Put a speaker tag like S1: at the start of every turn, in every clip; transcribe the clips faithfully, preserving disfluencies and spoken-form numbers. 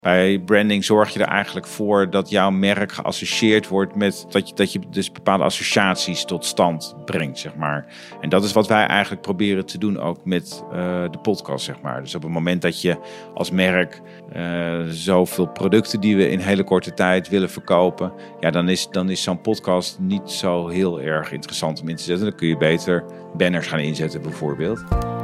S1: Bij branding zorg je er eigenlijk voor dat jouw merk geassocieerd wordt met dat je, dat je dus bepaalde associaties tot stand brengt, zeg maar. En dat is wat wij eigenlijk proberen te doen ook met uh, de podcast, zeg maar. Dus op het moment dat je als merk uh, zoveel producten die we in hele korte tijd willen verkopen, ja, dan is, dan is zo'n podcast niet zo heel erg interessant om in te zetten. Dan kun je beter banners gaan inzetten, bijvoorbeeld.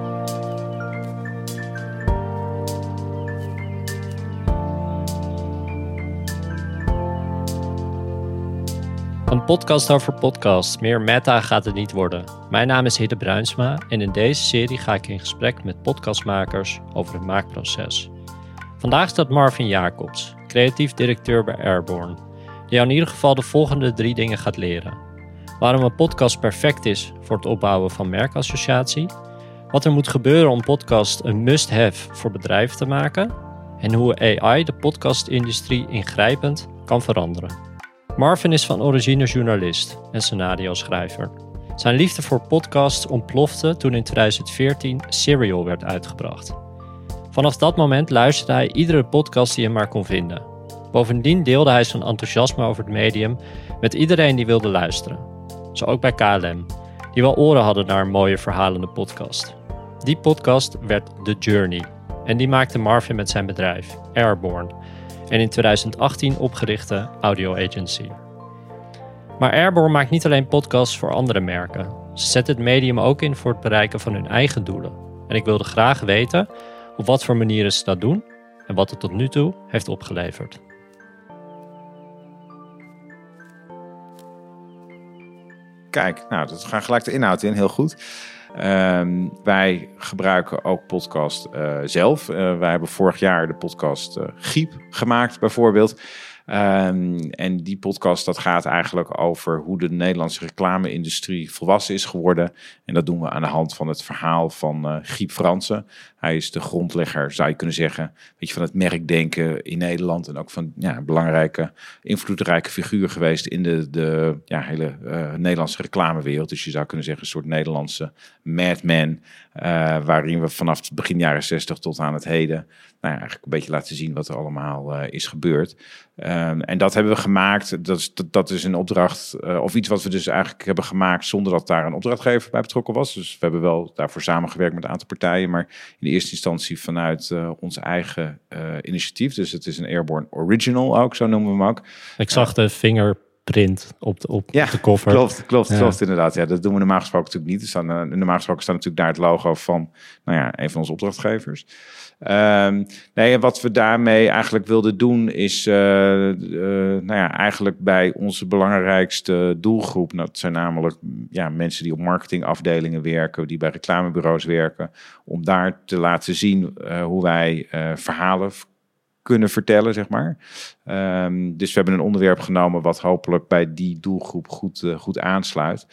S2: Een podcast over podcast. Meer meta gaat het niet worden. Mijn naam is Hidde Bruinsma en in deze serie ga ik in gesprek met podcastmakers over het maakproces. Vandaag staat Marvin Jacobs, creatief directeur bij Airborne, die jou in ieder geval de volgende drie dingen gaat leren. Waarom een podcast perfect is voor het opbouwen van merkassociatie, wat er moet gebeuren om podcast een must-have voor bedrijven te maken en hoe A I de podcastindustrie ingrijpend kan veranderen. Marvin is van origine journalist en scenario-schrijver. Zijn liefde voor podcasts ontplofte toen in twintig veertien Serial werd uitgebracht. Vanaf dat moment luisterde hij iedere podcast die hij maar kon vinden. Bovendien deelde hij zijn enthousiasme over het medium met iedereen die wilde luisteren. Zo ook bij K L M, die wel oren hadden naar een mooie verhalende podcast. Die podcast werd The Journey en die maakte Marvin met zijn bedrijf, Airborne, en in twintig achttien opgerichte audio agency. Maar Airborne maakt niet alleen podcasts voor andere merken. Ze zetten het medium ook in voor het bereiken van hun eigen doelen. En ik wilde graag weten op wat voor manieren ze dat doen en wat het tot nu toe heeft opgeleverd.
S1: Kijk, nou, dat gaan gelijk de inhoud in, heel goed. Um, wij gebruiken ook podcast uh, zelf. Uh, wij hebben vorig jaar de podcast uh, Giep gemaakt, bijvoorbeeld. Um, en die podcast dat gaat eigenlijk over hoe de Nederlandse reclame-industrie volwassen is geworden. En dat doen we aan de hand van het verhaal van uh, Giep Fransen. Hij is de grondlegger, zou je kunnen zeggen, weet je, van het merkdenken in Nederland. En ook van ja, een belangrijke, invloedrijke figuur geweest in de, de ja, hele uh, Nederlandse reclamewereld. Dus je zou kunnen zeggen een soort Nederlandse madman. Uh, waarin we vanaf begin jaren zestig tot aan het heden nou ja, eigenlijk een beetje laten zien wat er allemaal uh, is gebeurd. Um, en dat hebben we gemaakt. Dat is, dat, dat is een opdracht, uh, of iets wat we dus eigenlijk hebben gemaakt zonder dat daar een opdrachtgever bij betrokken was. Dus we hebben wel daarvoor samengewerkt met een aantal partijen, maar in de eerste instantie vanuit uh, ons eigen uh, initiatief. Dus het is een Airborne Original ook, zo noemen we hem ook.
S2: Ik zag uh, de fingerprint op de, op
S1: ja,
S2: de cover.
S1: Klopt, klopt,
S2: ja. klopt
S1: inderdaad. Ja, dat doen we normaal gesproken natuurlijk niet. Er staan, uh, normaal gesproken staat natuurlijk daar het logo van nou ja, een van onze opdrachtgevers. Um, nee, wat we daarmee eigenlijk wilden doen is uh, uh, nou ja, eigenlijk bij onze belangrijkste doelgroep, dat zijn namelijk ja, mensen die op marketingafdelingen werken, die bij reclamebureaus werken, om daar te laten zien uh, hoe wij uh, verhalen kunnen vertellen, zeg maar. Um, dus we hebben een onderwerp genomen wat hopelijk bij die doelgroep goed, uh, goed aansluit.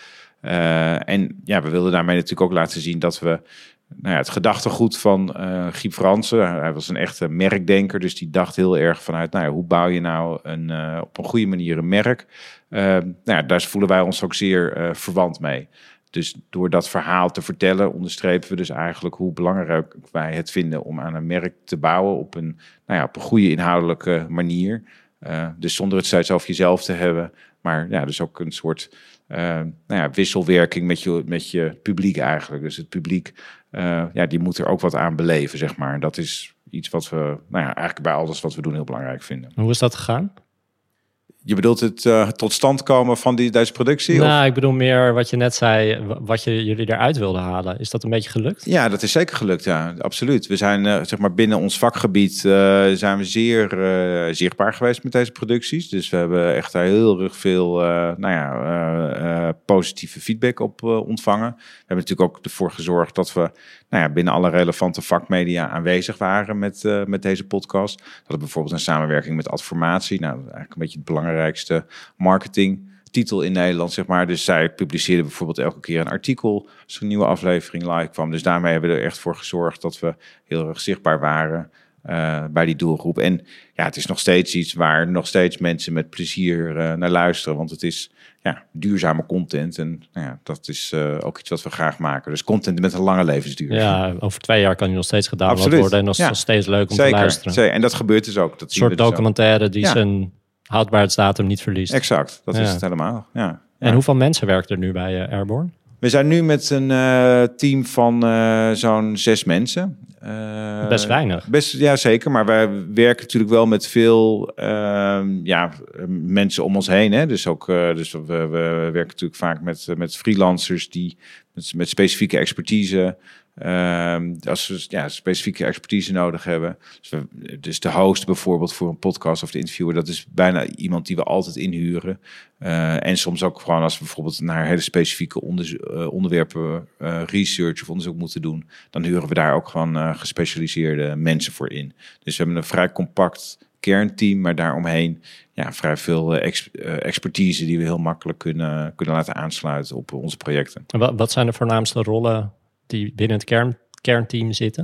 S1: Uh, en ja, we wilden daarmee natuurlijk ook laten zien dat we nou ja, het gedachtegoed van uh, Giep Fransen, hij was een echte merkdenker, dus die dacht heel erg vanuit, nou ja, hoe bouw je nou een, uh, op een goede manier een merk? Uh, nou ja, daar voelen wij ons ook zeer uh, verwant mee. Dus door dat verhaal te vertellen onderstrepen we dus eigenlijk hoe belangrijk wij het vinden om aan een merk te bouwen op een, nou ja, op een goede inhoudelijke manier. Uh, dus zonder het steeds over jezelf te hebben, maar ja, dus ook een soort uh, nou ja, wisselwerking met je, met je publiek eigenlijk. Dus het publiek, uh, ja, die moet er ook wat aan beleven, zeg maar. En dat is iets wat we, nou ja, eigenlijk bij alles wat we doen heel belangrijk vinden.
S2: Hoe is dat gegaan?
S1: Je bedoelt het uh, tot stand komen van die, deze productie?
S2: Nou,
S1: of?
S2: ik bedoel meer wat je net zei, wat je, jullie eruit wilden halen. Is dat een beetje gelukt?
S1: Ja, dat is zeker gelukt, ja, absoluut. We zijn uh, zeg maar binnen ons vakgebied uh, zijn we zeer uh, zichtbaar geweest met deze producties. Dus we hebben echt daar heel erg veel uh, nou ja, uh, uh, positieve feedback op uh, ontvangen. We hebben natuurlijk ook ervoor gezorgd dat we nou ja, binnen alle relevante vakmedia aanwezig waren met, uh, met deze podcast. Dat hadden bijvoorbeeld een samenwerking met Adformatie. Nou, eigenlijk een beetje het belangrijkste marketingtitel in Nederland, zeg maar. Dus zij publiceerden bijvoorbeeld elke keer een artikel als er een nieuwe aflevering live kwam. Dus daarmee hebben we er echt voor gezorgd dat we heel erg zichtbaar waren. uh, bij die doelgroep. En ja, het is nog steeds iets waar nog steeds mensen met plezier uh, naar luisteren. Want het is ja, duurzame content. En nou ja, dat is uh, ook iets wat we graag maken. Dus content met een lange levensduur.
S2: Ja, over twee jaar kan die nog steeds gedownload worden. En nog ja. steeds leuk om
S1: Zeker.
S2: te luisteren.
S1: Zeker. En dat gebeurt dus ook. Dat
S2: een soort documentaire
S1: dus
S2: die ja. zijn houdbaarheidsdatum niet verliest.
S1: Exact, dat
S2: ja.
S1: is het helemaal. Ja.
S2: En
S1: ja.
S2: hoeveel mensen werken er nu bij uh, Airborne?
S1: We zijn nu met een uh, team van uh, zo'n zes mensen.
S2: Uh, best weinig.
S1: Best, ja, zeker. Maar wij werken natuurlijk wel met veel uh, ja, mensen om ons heen. Hè? Dus, ook, uh, dus we, we werken natuurlijk vaak met, met freelancers die met, met specifieke expertise... Uh, als we ja, specifieke expertise nodig hebben. Dus, we, dus de host bijvoorbeeld voor een podcast of de interviewer, dat is bijna iemand die we altijd inhuren. Uh, en soms ook gewoon als we bijvoorbeeld naar hele specifieke onder, uh, onderwerpen uh, research of onderzoek moeten doen, dan huren we daar ook gewoon uh, gespecialiseerde mensen voor in. Dus we hebben een vrij compact kernteam, maar daaromheen ja, vrij veel uh, ex, uh, expertise die we heel makkelijk kunnen, kunnen laten aansluiten op onze projecten.
S2: En wat, wat zijn de voornaamste rollen die binnen het kern, kernteam zitten?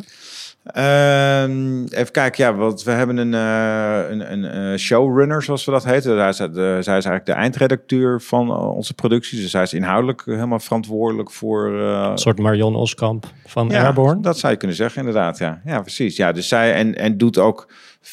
S1: Uh, even kijken, ja, want we hebben een, uh, een, een uh, showrunner, zoals we dat heten. Zij is, de, zij is eigenlijk de eindredacteur van uh, onze producties. Dus zij is inhoudelijk helemaal verantwoordelijk voor... Uh,
S2: een soort Marion Oskamp van
S1: ja,
S2: Airborne.
S1: Dat zou je kunnen zeggen, inderdaad. Ja, ja precies. Ja, dus zij en, en doet ook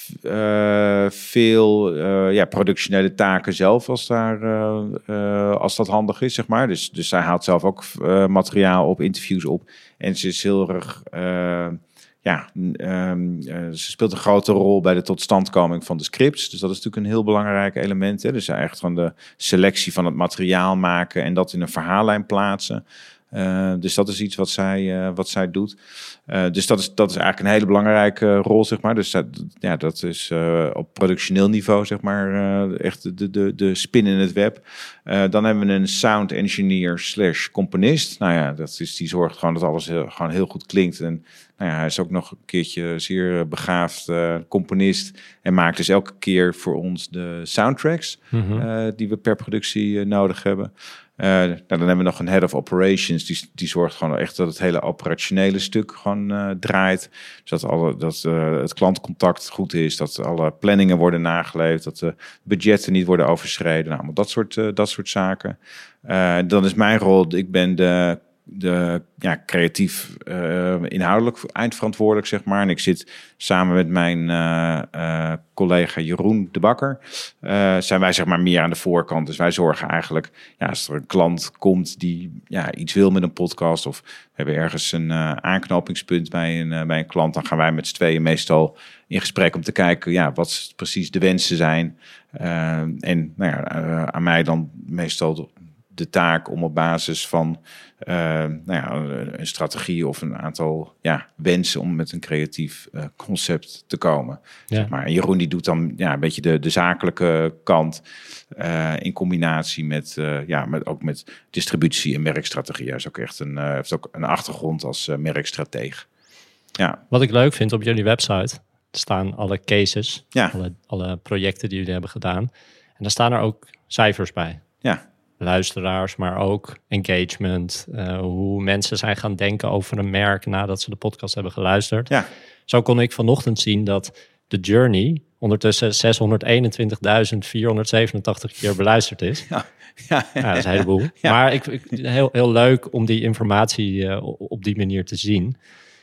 S1: uh, veel uh, ja, productionele taken zelf, als, daar, uh, uh, als dat handig is, zeg maar. Dus, dus zij haalt zelf ook uh, materiaal op, interviews op. En ze is heel erg... Uh, Ja, um, uh, ze speelt een grote rol bij de totstandkoming van de scripts. Dus dat is natuurlijk een heel belangrijk element. Hè? Dus echt van de selectie van het materiaal maken en dat in een verhaallijn plaatsen. Uh, dus dat is iets wat zij, uh, wat zij doet. Uh, dus dat is, dat is eigenlijk een hele belangrijke rol, zeg maar. Dus dat, ja, dat is uh, op productioneel niveau, zeg maar, uh, echt de, de, de spin in het web. Uh, dan hebben we een sound engineer slash componist. Nou ja, dat is, die zorgt gewoon dat alles heel, gewoon heel goed klinkt. En nou ja, hij is ook nog een keertje zeer begaafd uh, componist. En maakt dus elke keer voor ons de soundtracks mm-hmm. uh, die we per productie uh, nodig hebben. Uh, nou, dan hebben we nog een head of operations. Die, die zorgt gewoon echt dat het hele operationele stuk gewoon uh, draait. Dus dat, alle, dat uh, het klantcontact goed is. Dat alle planningen worden nageleefd. Dat de budgetten niet worden overschreden. Nou, dat soort, uh, dat soort zaken. Uh, dan is mijn rol, ik ben de... de ja, creatief uh, inhoudelijk eindverantwoordelijk, zeg maar. En ik zit samen met mijn uh, uh, collega Jeroen de Bakker. Uh, zijn wij zeg maar meer aan de voorkant. Dus wij zorgen eigenlijk, ja, als er een klant komt die ja, iets wil met een podcast, of we hebben ergens een uh, aanknopingspunt bij een, uh, bij een klant, dan gaan wij met z'n tweeën meestal in gesprek om te kijken, ja, wat precies de wensen zijn. Uh, en nou ja, uh, aan mij dan meestal de taak om op basis van uh, nou ja, een strategie of een aantal ja, wensen om met een creatief uh, concept te komen. Ja. Zeg maar. En Jeroen die doet dan ja, een beetje de, de zakelijke kant uh, in combinatie met, uh, ja, met ook met distributie en merkstrategie. Hij is ook echt een, uh, heeft ook een achtergrond als uh, merkstrateeg. Ja.
S2: Wat ik leuk vind op jullie website staan alle cases,
S1: ja.
S2: alle, alle projecten die jullie hebben gedaan. En daar staan er ook cijfers bij.
S1: Ja.
S2: Luisteraars, maar ook engagement. Uh, hoe mensen zijn gaan denken over een merk nadat ze de podcast hebben geluisterd.
S1: Ja.
S2: Zo kon ik vanochtend zien dat The Journey ondertussen zeshonderdeenentwintigduizend vierhonderdzevenentachtig keer beluisterd is.
S1: Ja, ja,
S2: ja dat is een heleboel. Ja. Maar ik, ik, heel, heel leuk om die informatie uh, op die manier te zien.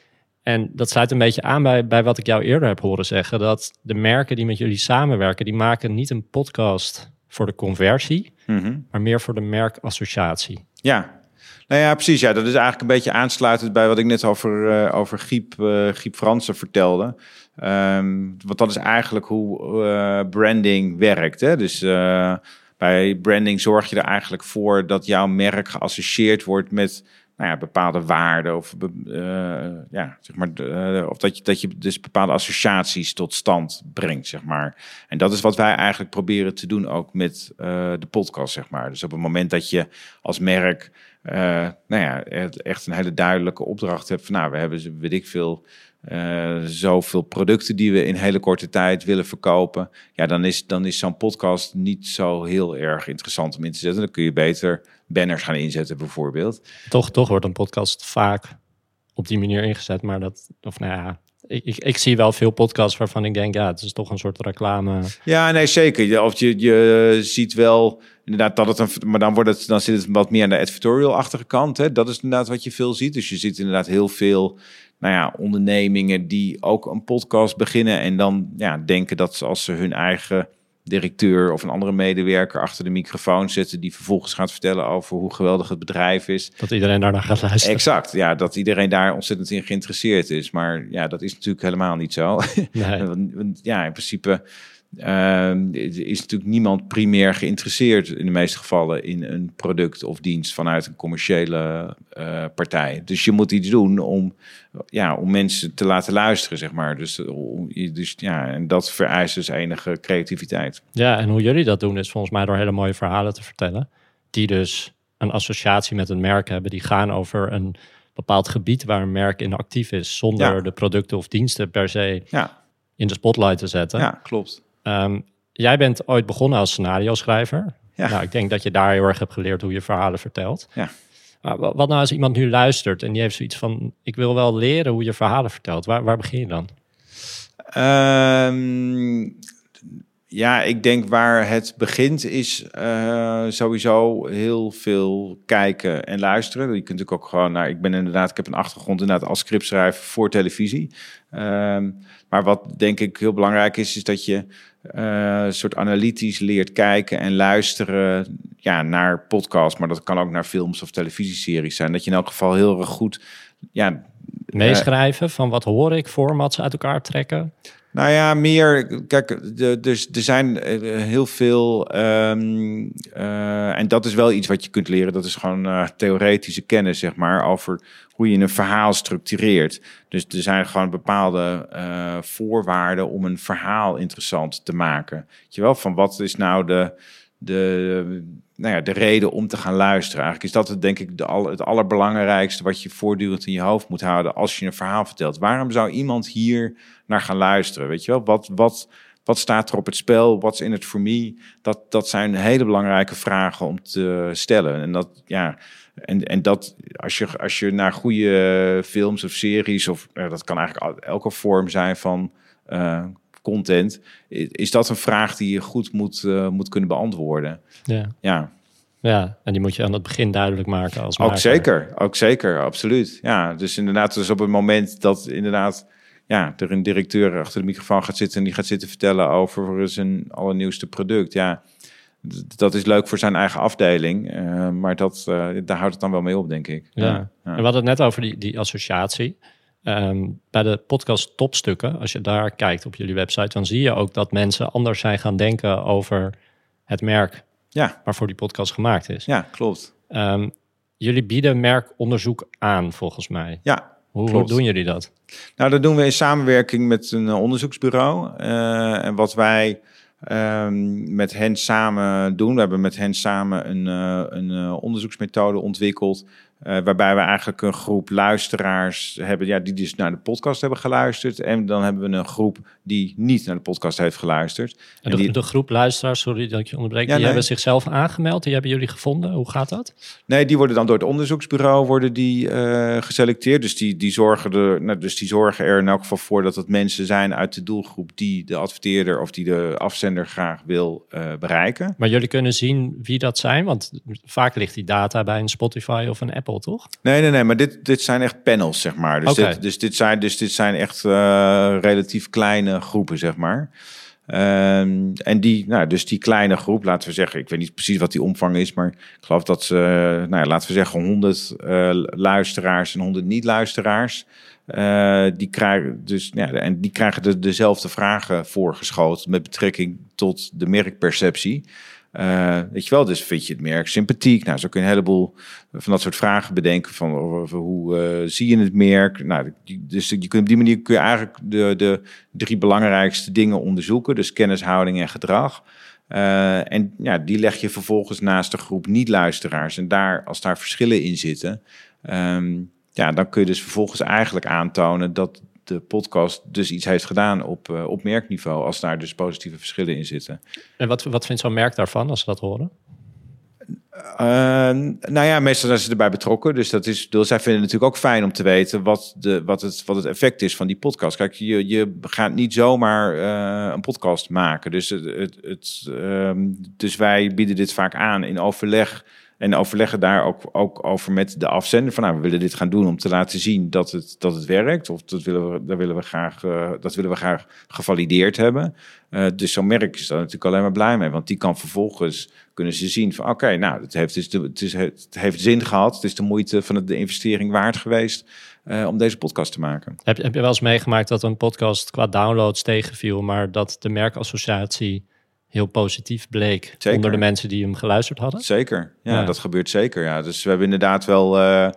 S2: En dat sluit een beetje aan bij, bij wat ik jou eerder heb horen zeggen. Dat de merken die met jullie samenwerken, die maken niet een podcast voor de conversie, mm-hmm. maar meer voor de merkassociatie.
S1: Ja, nou ja, precies. Ja, dat is eigenlijk een beetje aansluitend bij wat ik net over, uh, over Giep, uh, Giep Fransen vertelde. Um, want dat is eigenlijk hoe uh, branding werkt. Hè? Dus uh, bij branding zorg je er eigenlijk voor dat jouw merk geassocieerd wordt met nou ja, bepaalde waarden of uh, ja, zeg maar, uh, of dat je, dat je dus bepaalde associaties tot stand brengt, zeg maar. En dat is wat wij eigenlijk proberen te doen ook met uh, de podcast, zeg maar. Dus op het moment dat je als merk uh, nou ja, echt een hele duidelijke opdracht hebt van, nou, we hebben, weet ik veel, Uh, zoveel producten die we in hele korte tijd willen verkopen, ja, dan is, dan is zo'n podcast niet zo heel erg interessant om in te zetten. Dan kun je beter banners gaan inzetten, bijvoorbeeld.
S2: Toch, toch wordt een podcast vaak op die manier ingezet, maar dat, of nou ja, ik, ik, ik zie wel veel podcasts waarvan ik denk, ja, het is toch een soort reclame.
S1: Ja, nee, zeker. Of je, je ziet wel inderdaad dat het een, maar dan wordt het, dan zit het wat meer aan de advertorial-achtige kant. Hè? Dat is inderdaad wat je veel ziet. Dus je ziet inderdaad heel veel, nou ja, ondernemingen die ook een podcast beginnen en dan ja, denken dat ze als ze hun eigen directeur of een andere medewerker achter de microfoon zetten, die vervolgens gaat vertellen over hoe geweldig het bedrijf is.
S2: Dat iedereen daarnaar gaat luisteren.
S1: Exact, ja, dat iedereen daar ontzettend in geïnteresseerd is. Maar ja, dat is natuurlijk helemaal niet zo.
S2: Nee.
S1: Ja, in principe uh, is natuurlijk niemand primair geïnteresseerd in de meeste gevallen in een product of dienst vanuit een commerciële uh, partij. Dus je moet iets doen om, ja, om mensen te laten luisteren, zeg maar. Dus, dus ja, en dat vereist dus enige creativiteit.
S2: Ja, en hoe jullie dat doen is volgens mij door hele mooie verhalen te vertellen, die dus een associatie met een merk hebben, die gaan over een bepaald gebied waar een merk in actief is, zonder ja. de producten of diensten per se ja. in de spotlight te zetten.
S1: Ja, klopt.
S2: Um, jij bent ooit begonnen als scenario-schrijver. Ja. Nou, ik denk dat je daar heel erg hebt geleerd hoe je verhalen vertelt.
S1: Ja.
S2: Maar wat nou als iemand nu luistert en die heeft zoiets van, ik wil wel leren hoe je verhalen vertelt. Waar, waar begin je dan?
S1: Um, ja, ik denk waar het begint is uh, sowieso heel veel kijken en luisteren. Je kunt natuurlijk ook gewoon, nou, ik ben inderdaad, ik heb een achtergrond inderdaad als scriptschrijver voor televisie. Um, maar wat denk ik heel belangrijk is, is dat je uh, een soort analytisch leert kijken en luisteren ja, naar podcasts. Maar dat kan ook naar films of televisieseries zijn. Dat je in elk geval heel erg goed ja,
S2: meeschrijven uh, van wat hoor ik, formats uit elkaar trekken.
S1: Nou ja, meer, kijk, de, dus er zijn heel veel, um, uh, en dat is wel iets wat je kunt leren, dat is gewoon uh, theoretische kennis, zeg maar, over hoe je een verhaal structureert. Dus er zijn gewoon bepaalde uh, voorwaarden om een verhaal interessant te maken. Weet je wel, van wat is nou de, de, nou ja, de reden om te gaan luisteren? Eigenlijk is dat het, denk ik, de al, het allerbelangrijkste wat je voortdurend in je hoofd moet houden als je een verhaal vertelt. Waarom zou iemand hier naar gaan luisteren? Weet je wel, wat, wat, wat staat er op het spel? Wat is in het voor me? Dat, dat zijn hele belangrijke vragen om te stellen. En dat, ja, en, en dat als je, als je naar goede films of series, of uh, dat kan eigenlijk elke vorm zijn van uh, content, is dat een vraag die je goed moet, uh, moet kunnen beantwoorden.
S2: Ja.
S1: Ja.
S2: Ja, en die moet je aan het begin duidelijk maken als
S1: ook
S2: maker.
S1: Zeker, ook zeker, absoluut. Ja, dus inderdaad, dus op het moment dat inderdaad ja, er een directeur achter de microfoon gaat zitten en die gaat zitten vertellen over zijn allernieuwste product. Ja, dat is leuk voor zijn eigen afdeling, uh, maar dat, uh, daar houdt het dan wel mee op, denk ik.
S2: Ja. Ja. En we hadden het net over die, die associatie. Um, bij de podcast Topstukken, als je daar kijkt op jullie website, dan zie je ook dat mensen anders zijn gaan denken over het merk ja. waarvoor die podcast gemaakt is.
S1: Ja, klopt.
S2: Um, jullie bieden merkonderzoek aan, volgens mij.
S1: Ja,
S2: Hoe, hoe doen jullie dat?
S1: Nou, dat doen we in samenwerking met een uh, onderzoeksbureau. Uh, en wat wij um, met hen samen doen, we hebben met hen samen een, uh, een uh, onderzoeksmethode ontwikkeld, Uh, waarbij we eigenlijk een groep luisteraars hebben, ja, die dus naar de podcast hebben geluisterd. En dan hebben we een groep die niet naar de podcast heeft geluisterd.
S2: En, en de,
S1: die...
S2: de groep luisteraars, sorry dat ik je onderbreek,
S1: ja,
S2: die
S1: nee.
S2: hebben zichzelf aangemeld, die hebben jullie gevonden. Hoe gaat dat?
S1: Nee, die worden dan door het onderzoeksbureau worden die, uh, geselecteerd. Dus die, die, zorgen er, nou, dus die zorgen er in elk geval voor dat het mensen zijn uit de doelgroep die de adverteerder of die de afzender graag wil uh, bereiken.
S2: Maar jullie kunnen zien wie dat zijn, want vaak ligt die data bij een Spotify of een Apple, toch?
S1: Nee, nee, nee, maar dit, dit zijn echt panels, zeg maar. Dus,
S2: okay.
S1: dit, dus, dit, zijn, dus dit zijn echt uh, relatief kleine groepen, zeg maar. Um, en die, nou, dus die kleine groep, laten we zeggen, ik weet niet precies wat die omvang is, maar ik geloof dat ze, uh, nou ja, laten we zeggen, honderd uh, luisteraars en honderd niet-luisteraars. Uh, die krijgen dus, ja, en die krijgen de, dezelfde vragen voorgeschoten met betrekking tot de merkperceptie. Uh, weet je wel, dus vind je het merk sympathiek? Nou, zo kun je een heleboel van dat soort vragen bedenken van over hoe uh, zie je het merk? Nou, dus je kunt op die manier kun je eigenlijk de, de drie belangrijkste dingen onderzoeken, dus kennis, houding en gedrag. Uh, en ja, die leg je vervolgens naast de groep niet-luisteraars. En daar, als daar verschillen in zitten, um, ja, dan kun je dus vervolgens eigenlijk aantonen dat de podcast dus iets heeft gedaan op, uh, op merkniveau, als daar dus positieve verschillen in zitten.
S2: En wat, wat vindt zo'n merk daarvan als ze dat horen?
S1: Uh, nou ja, meestal zijn ze erbij betrokken. Dus dat is, dus zij vinden het natuurlijk ook fijn om te weten wat, de, wat, het, wat het effect is van die podcast. Kijk, je, je gaat niet zomaar uh, een podcast maken. Dus, het, het, het, um, dus wij bieden dit vaak aan in overleg. En overleggen daar ook, ook over met de afzender. Van nou, we willen dit gaan doen om te laten zien dat het, dat het werkt. Of dat willen we, dat willen we, graag, uh, dat willen we graag gevalideerd hebben. Uh, dus zo'n merk is daar natuurlijk alleen maar blij mee. Want die kan vervolgens, kunnen ze zien van oké, okay, nou, het heeft, dus de, het, is, het heeft zin gehad. Het is de moeite van de investering waard geweest uh, om deze podcast te maken.
S2: Heb, heb je wel eens meegemaakt dat een podcast qua downloads tegenviel, maar dat de merkassociatie heel positief bleek zeker. Onder de mensen die hem geluisterd hadden?
S1: Zeker, ja, ja. Dat gebeurt zeker. Ja. Dus we hebben inderdaad wel... Uh,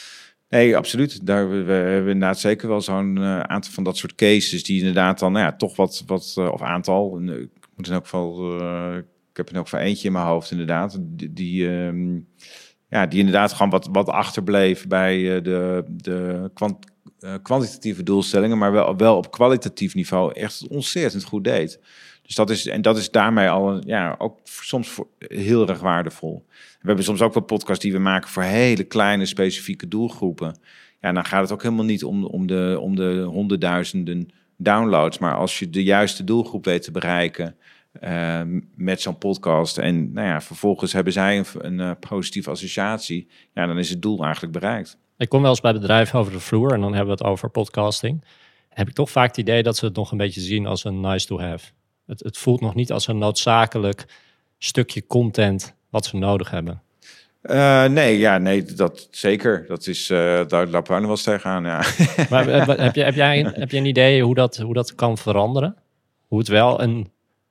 S1: nee, absoluut. Daar, we, we hebben inderdaad zeker wel zo'n uh, aantal van dat soort cases die inderdaad dan, nou ja, toch wat, wat uh, of aantal. Uh, ik moet in elk geval, uh, ik heb in elk geval eentje in mijn hoofd inderdaad. Die, die, um, ja, die inderdaad gewoon wat, wat achterbleef bij uh, de, de kwant, uh, kwantitatieve doelstellingen, maar wel, wel op kwalitatief niveau echt ontzettend goed deed. Dus dat is, en dat is daarmee al ja, ook soms voor heel erg waardevol. We hebben soms ook wel podcasts die we maken voor hele kleine specifieke doelgroepen. Ja, dan gaat het ook helemaal niet om, om, de, om de honderdduizenden downloads. Maar als je de juiste doelgroep weet te bereiken uh, met zo'n podcast. En nou ja, vervolgens hebben zij een, een uh, positieve associatie. Ja, dan is het doel eigenlijk bereikt.
S2: Ik kom wel eens bij bedrijven over de vloer en dan hebben we het over podcasting. Heb ik toch vaak het idee dat ze het nog een beetje zien als een nice to have. Het, het voelt nog niet als een noodzakelijk stukje content wat ze nodig hebben.
S1: Uh, nee, ja, nee, dat zeker. Dat is, uh, daar laten we wel eens tegenaan, ja.
S2: Maar heb, je, heb, jij, heb je een idee hoe dat, hoe dat kan veranderen? Hoe het wel een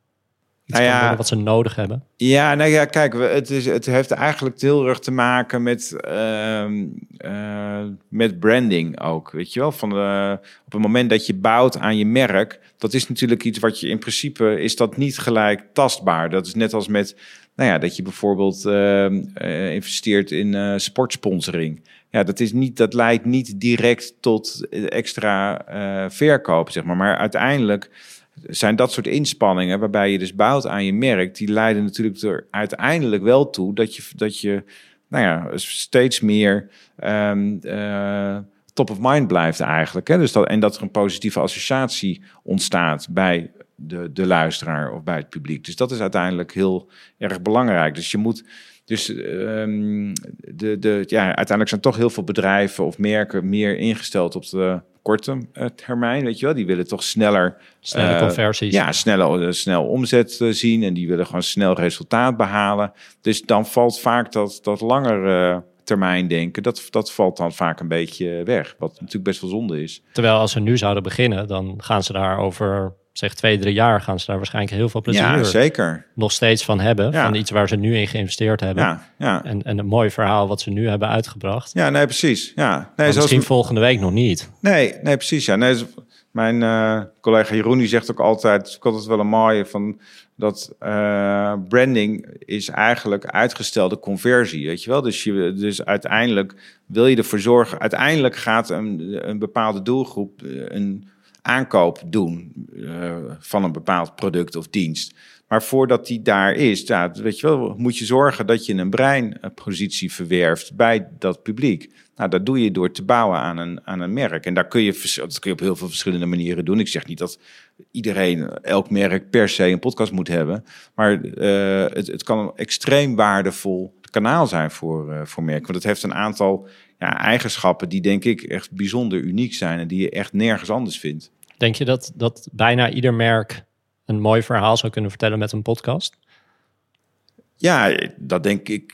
S2: iets nou ja, kan worden wat ze nodig hebben?
S1: Ja, nou ja, kijk, het, is, het heeft eigenlijk heel erg te maken met, uh, uh, met branding ook, weet je wel. Van de, op het moment dat je bouwt aan je merk, dat is natuurlijk iets wat je in principe, is dat niet gelijk tastbaar. Dat is net als met, nou ja, dat je bijvoorbeeld uh, uh, investeert in uh, sportsponsoring. Ja, dat, is niet, dat leidt niet direct tot extra uh, verkoop, zeg maar. Maar uiteindelijk zijn dat soort inspanningen waarbij je dus bouwt aan je merk, die leiden natuurlijk er uiteindelijk wel toe dat je, dat je nou ja, steeds meer um, uh, top of mind blijft eigenlijk. Hè? Dus dat, en dat er een positieve associatie ontstaat bij de, de luisteraar of bij het publiek. Dus dat is uiteindelijk heel erg belangrijk. Dus je moet... Dus um, de, de, ja, uiteindelijk zijn toch heel veel bedrijven of merken meer ingesteld op de korte uh, termijn, weet je wel. Die willen toch sneller...
S2: Snelle uh, conversies.
S1: Ja, snel, uh, snel omzet uh, zien en die willen gewoon snel resultaat behalen. Dus dan valt vaak dat, dat langere uh, termijn denken, dat, dat valt dan vaak een beetje weg. Wat natuurlijk best wel zonde is.
S2: Terwijl als ze nu zouden beginnen, dan gaan ze daar over... zeg twee, drie jaar gaan ze daar waarschijnlijk heel veel plezier
S1: ja, zeker.
S2: nog steeds van hebben.
S1: Ja.
S2: Van iets waar ze nu in geïnvesteerd hebben.
S1: Ja, ja.
S2: En, en een mooi verhaal wat ze nu hebben uitgebracht.
S1: Ja, nee, precies. Ja. Nee, zoals
S2: misschien volgende week nog niet.
S1: Nee, nee precies. Ja. Nee, mijn uh, collega Jeroen die zegt ook altijd, ik had het wel een mooie van dat uh, branding is eigenlijk uitgestelde conversie, weet je wel. Dus, je, dus uiteindelijk wil je ervoor zorgen, uiteindelijk gaat een, een bepaalde doelgroep een aankoop doen uh, van een bepaald product of dienst. Maar voordat die daar is, ja, weet je wel, moet je zorgen dat je een breinpositie verwerft bij dat publiek. Nou, dat doe je door te bouwen aan een, aan een merk. En daar kun je, dat kun je op heel veel verschillende manieren doen. Ik zeg niet dat iedereen, elk merk per se een podcast moet hebben. Maar uh, het, het kan een extreem waardevol kanaal zijn voor, uh, voor merken. Want het heeft een aantal ja, eigenschappen die denk ik echt bijzonder uniek zijn en die je echt nergens anders vindt.
S2: Denk je dat, dat bijna ieder merk een mooi verhaal zou kunnen vertellen met een podcast?
S1: Ja, dat denk ik.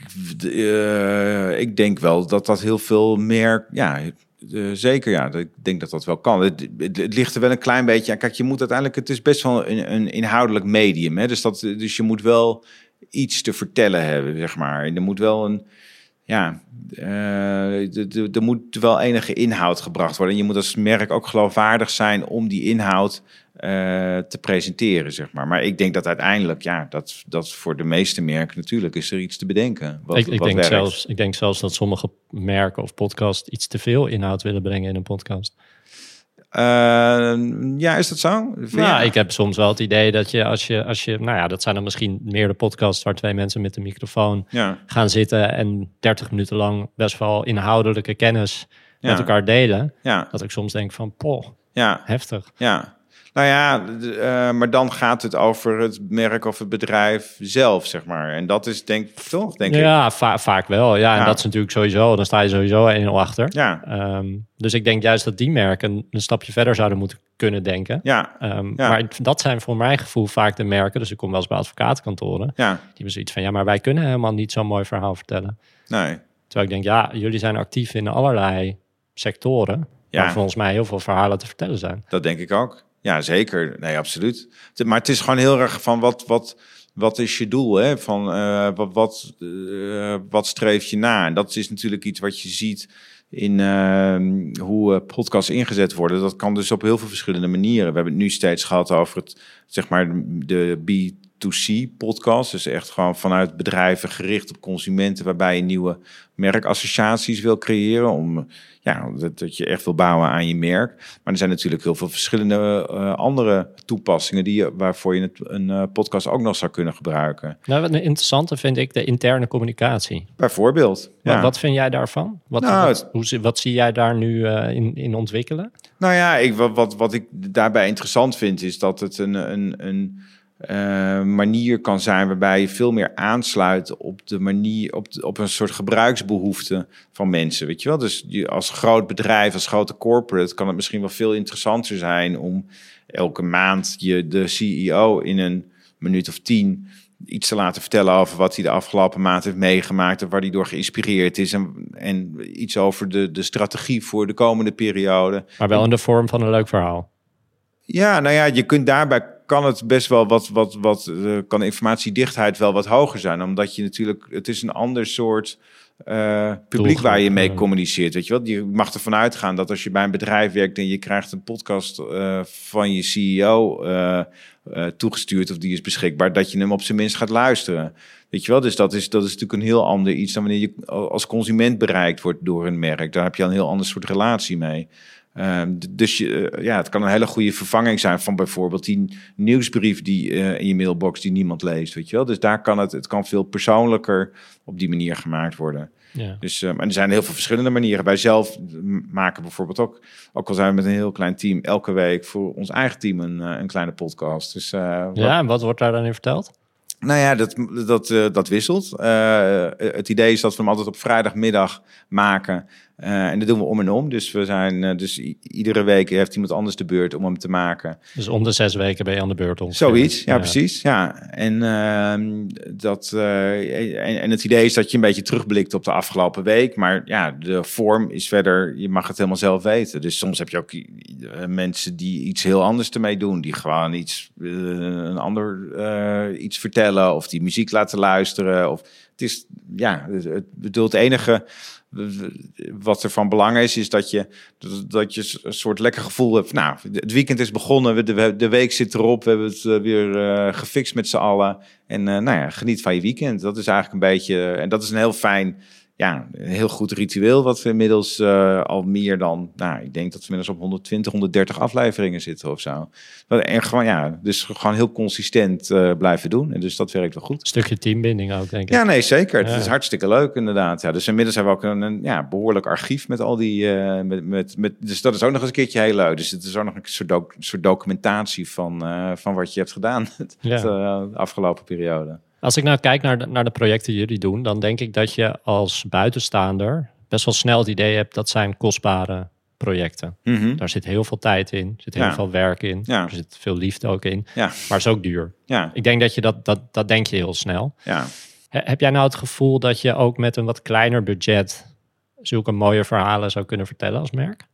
S1: Uh, ik denk wel dat dat heel veel meer... Ja, uh, zeker ja. Ik denk dat dat wel kan. Het, het, het ligt er wel een klein beetje aan. Kijk, je moet uiteindelijk... Het is best wel een, een inhoudelijk medium. Hè? Dus, dat, dus je moet wel iets te vertellen hebben, zeg maar. En er moet wel een... Ja, uh, er moet wel enige inhoud gebracht worden. En je moet als merk ook geloofwaardig zijn om die inhoud uh, te presenteren, zeg maar. Maar ik denk dat uiteindelijk, ja, dat, dat voor de meeste merken natuurlijk is er iets te bedenken. Wat,
S2: ik, ik,
S1: wat
S2: denk zelfs, ik denk zelfs dat sommige merken of podcasts iets te veel inhoud willen brengen in een podcast.
S1: Uh, ja, is dat zo?
S2: Nou, ja. Ik heb soms wel het idee dat je als, je, als je... Nou ja, dat zijn dan misschien meerdere podcasts... waar twee mensen met een microfoon ja. gaan zitten... en dertig minuten lang best wel inhoudelijke kennis ja. met elkaar delen. Ja. Dat ik soms denk van, poh, ja. heftig.
S1: Ja. Nou ja, uh, maar dan gaat het over het merk of het bedrijf zelf, zeg maar. En dat is denk ik toch, denk
S2: ja,
S1: ik.
S2: Va- vaak wel. Ja, ja, en dat is natuurlijk sowieso, dan sta je sowieso één nul achter.
S1: Ja.
S2: Um, dus ik denk juist dat die merken een stapje verder zouden moeten kunnen denken.
S1: Ja.
S2: Um,
S1: ja.
S2: Maar dat zijn voor mijn gevoel vaak de merken, dus ik kom wel eens bij advocatenkantoren.
S1: Ja.
S2: Die hebben zoiets van, ja, maar wij kunnen helemaal niet zo'n mooi verhaal vertellen.
S1: Nee.
S2: Terwijl ik denk, ja, jullie zijn actief in allerlei sectoren, ja. waar volgens mij heel veel verhalen te vertellen zijn.
S1: Dat denk ik ook. Ja, zeker. Nee, absoluut. Maar het is gewoon heel erg van wat, wat, wat is je doel? Hè? Van uh, wat, wat, uh, wat streef je na? En dat is natuurlijk iets wat je ziet in uh, hoe uh, podcasts ingezet worden. Dat kan dus op heel veel verschillende manieren. We hebben het nu steeds gehad over het, zeg maar, de B twee C podcast. Dus echt gewoon vanuit bedrijven gericht op consumenten, waarbij je nieuwe merkassociaties wil creëren om ja, dat, dat je echt wil bouwen aan je merk. Maar er zijn natuurlijk heel veel verschillende uh, andere toepassingen die je, waarvoor je het, een uh, podcast ook nog zou kunnen gebruiken.
S2: Nou, wat een interessante vind ik de interne communicatie.
S1: Bijvoorbeeld.
S2: Ja.
S1: Wat,
S2: wat vind jij daarvan? Wat, nou, wat, hoe, wat zie jij daar nu uh, in, in ontwikkelen?
S1: Nou ja, ik, wat, wat, wat ik daarbij interessant vind is dat het een, een, een Uh, manier kan zijn waarbij je veel meer aansluit op de manier, op, de, op een soort gebruiksbehoefte van mensen, weet je wel? Dus je, als groot bedrijf, als grote corporate, kan het misschien wel veel interessanter zijn om elke maand je de C E O in een minuut of tien iets te laten vertellen over wat hij de afgelopen maand heeft meegemaakt en waar hij door geïnspireerd is en, en iets over de, de strategie voor de komende periode.
S2: Maar wel in de vorm van een leuk verhaal.
S1: Ja, nou ja, je kunt daarbij kan het best wel wat, wat, wat uh, kan de informatiedichtheid wel wat hoger zijn, omdat je natuurlijk, het is een ander soort uh, publiek waar je mee communiceert, weet je wel. Je mag ervan uitgaan dat als je bij een bedrijf werkt en je krijgt een podcast uh, van je C E O uh, uh, toegestuurd of die is beschikbaar, dat je hem op zijn minst gaat luisteren. Weet je wel, dus dat is, dat is natuurlijk een heel ander iets dan wanneer je als consument bereikt wordt door een merk. Daar heb je al een heel ander soort relatie mee. Uh, dus je, uh, ja, het kan een hele goede vervanging zijn van bijvoorbeeld die nieuwsbrief die uh, in je mailbox die niemand leest, weet je wel. Dus daar kan het, het kan veel persoonlijker op die manier gemaakt worden. Ja. Dus, uh, en er zijn heel veel verschillende manieren. Wij zelf maken bijvoorbeeld ook, ook al zijn we met een heel klein team, elke week voor ons eigen team een, uh, een kleine podcast. Dus, uh,
S2: ja, wat, en wat wordt daar dan in verteld?
S1: Nou ja, dat, dat, uh, dat wisselt. Uh, het idee is dat we hem altijd op vrijdagmiddag maken. Uh, en dat doen we om en om. Dus we zijn uh, dus i- iedere week heeft iemand anders de beurt om hem te maken.
S2: Dus om de zes weken ben je aan de beurt ongeveer.
S1: Zoiets, ja, ja. precies. Ja. En, uh, dat, uh, en, en het idee is dat je een beetje terugblikt op de afgelopen week. Maar ja, de vorm is verder, je mag het helemaal zelf weten. Dus soms heb je ook uh, mensen die iets heel anders ermee doen. Die gewoon iets, uh, een ander uh, iets vertellen of die muziek laten luisteren. Of, het is, ja, het bedoelt het enige wat er van belang is, is dat je, dat je een soort lekker gevoel hebt. Nou, het weekend is begonnen, de, de week zit erop, we hebben het weer uh, gefixt met z'n allen. En uh, nou ja, geniet van je weekend. Dat is eigenlijk een beetje, en dat is een heel fijn, ja, een heel goed ritueel, wat we inmiddels uh, al meer dan, nou, ik denk dat we inmiddels op honderdtwintig, honderddertig afleveringen zitten of zo. En gewoon, ja, dus gewoon heel consistent uh, blijven doen. En dus dat werkt wel goed.
S2: Een stukje teambinding ook, denk ik.
S1: Ja, nee, zeker. Ja. Het is hartstikke leuk, inderdaad. Ja, dus inmiddels hebben we ook een, een ja, behoorlijk archief met al die, uh, met, met, met, dus dat is ook nog eens een keertje heel leuk. Dus het is ook nog een soort, doc, soort documentatie van, uh, van wat je hebt gedaan ja. de uh, afgelopen periode.
S2: Als ik nou kijk naar de, naar de projecten die jullie doen, dan denk ik dat je als buitenstaander best wel snel het idee hebt dat zijn kostbare projecten. Mm-hmm. Daar zit heel veel tijd in, er zit heel ja. veel werk in, ja. er zit veel liefde ook in, ja. maar het is ook duur. Ja. Ik denk dat je dat, dat, dat denk je heel snel. Ja. He, heb jij nou het gevoel dat je ook met een wat kleiner budget zulke mooie verhalen zou kunnen vertellen als merk?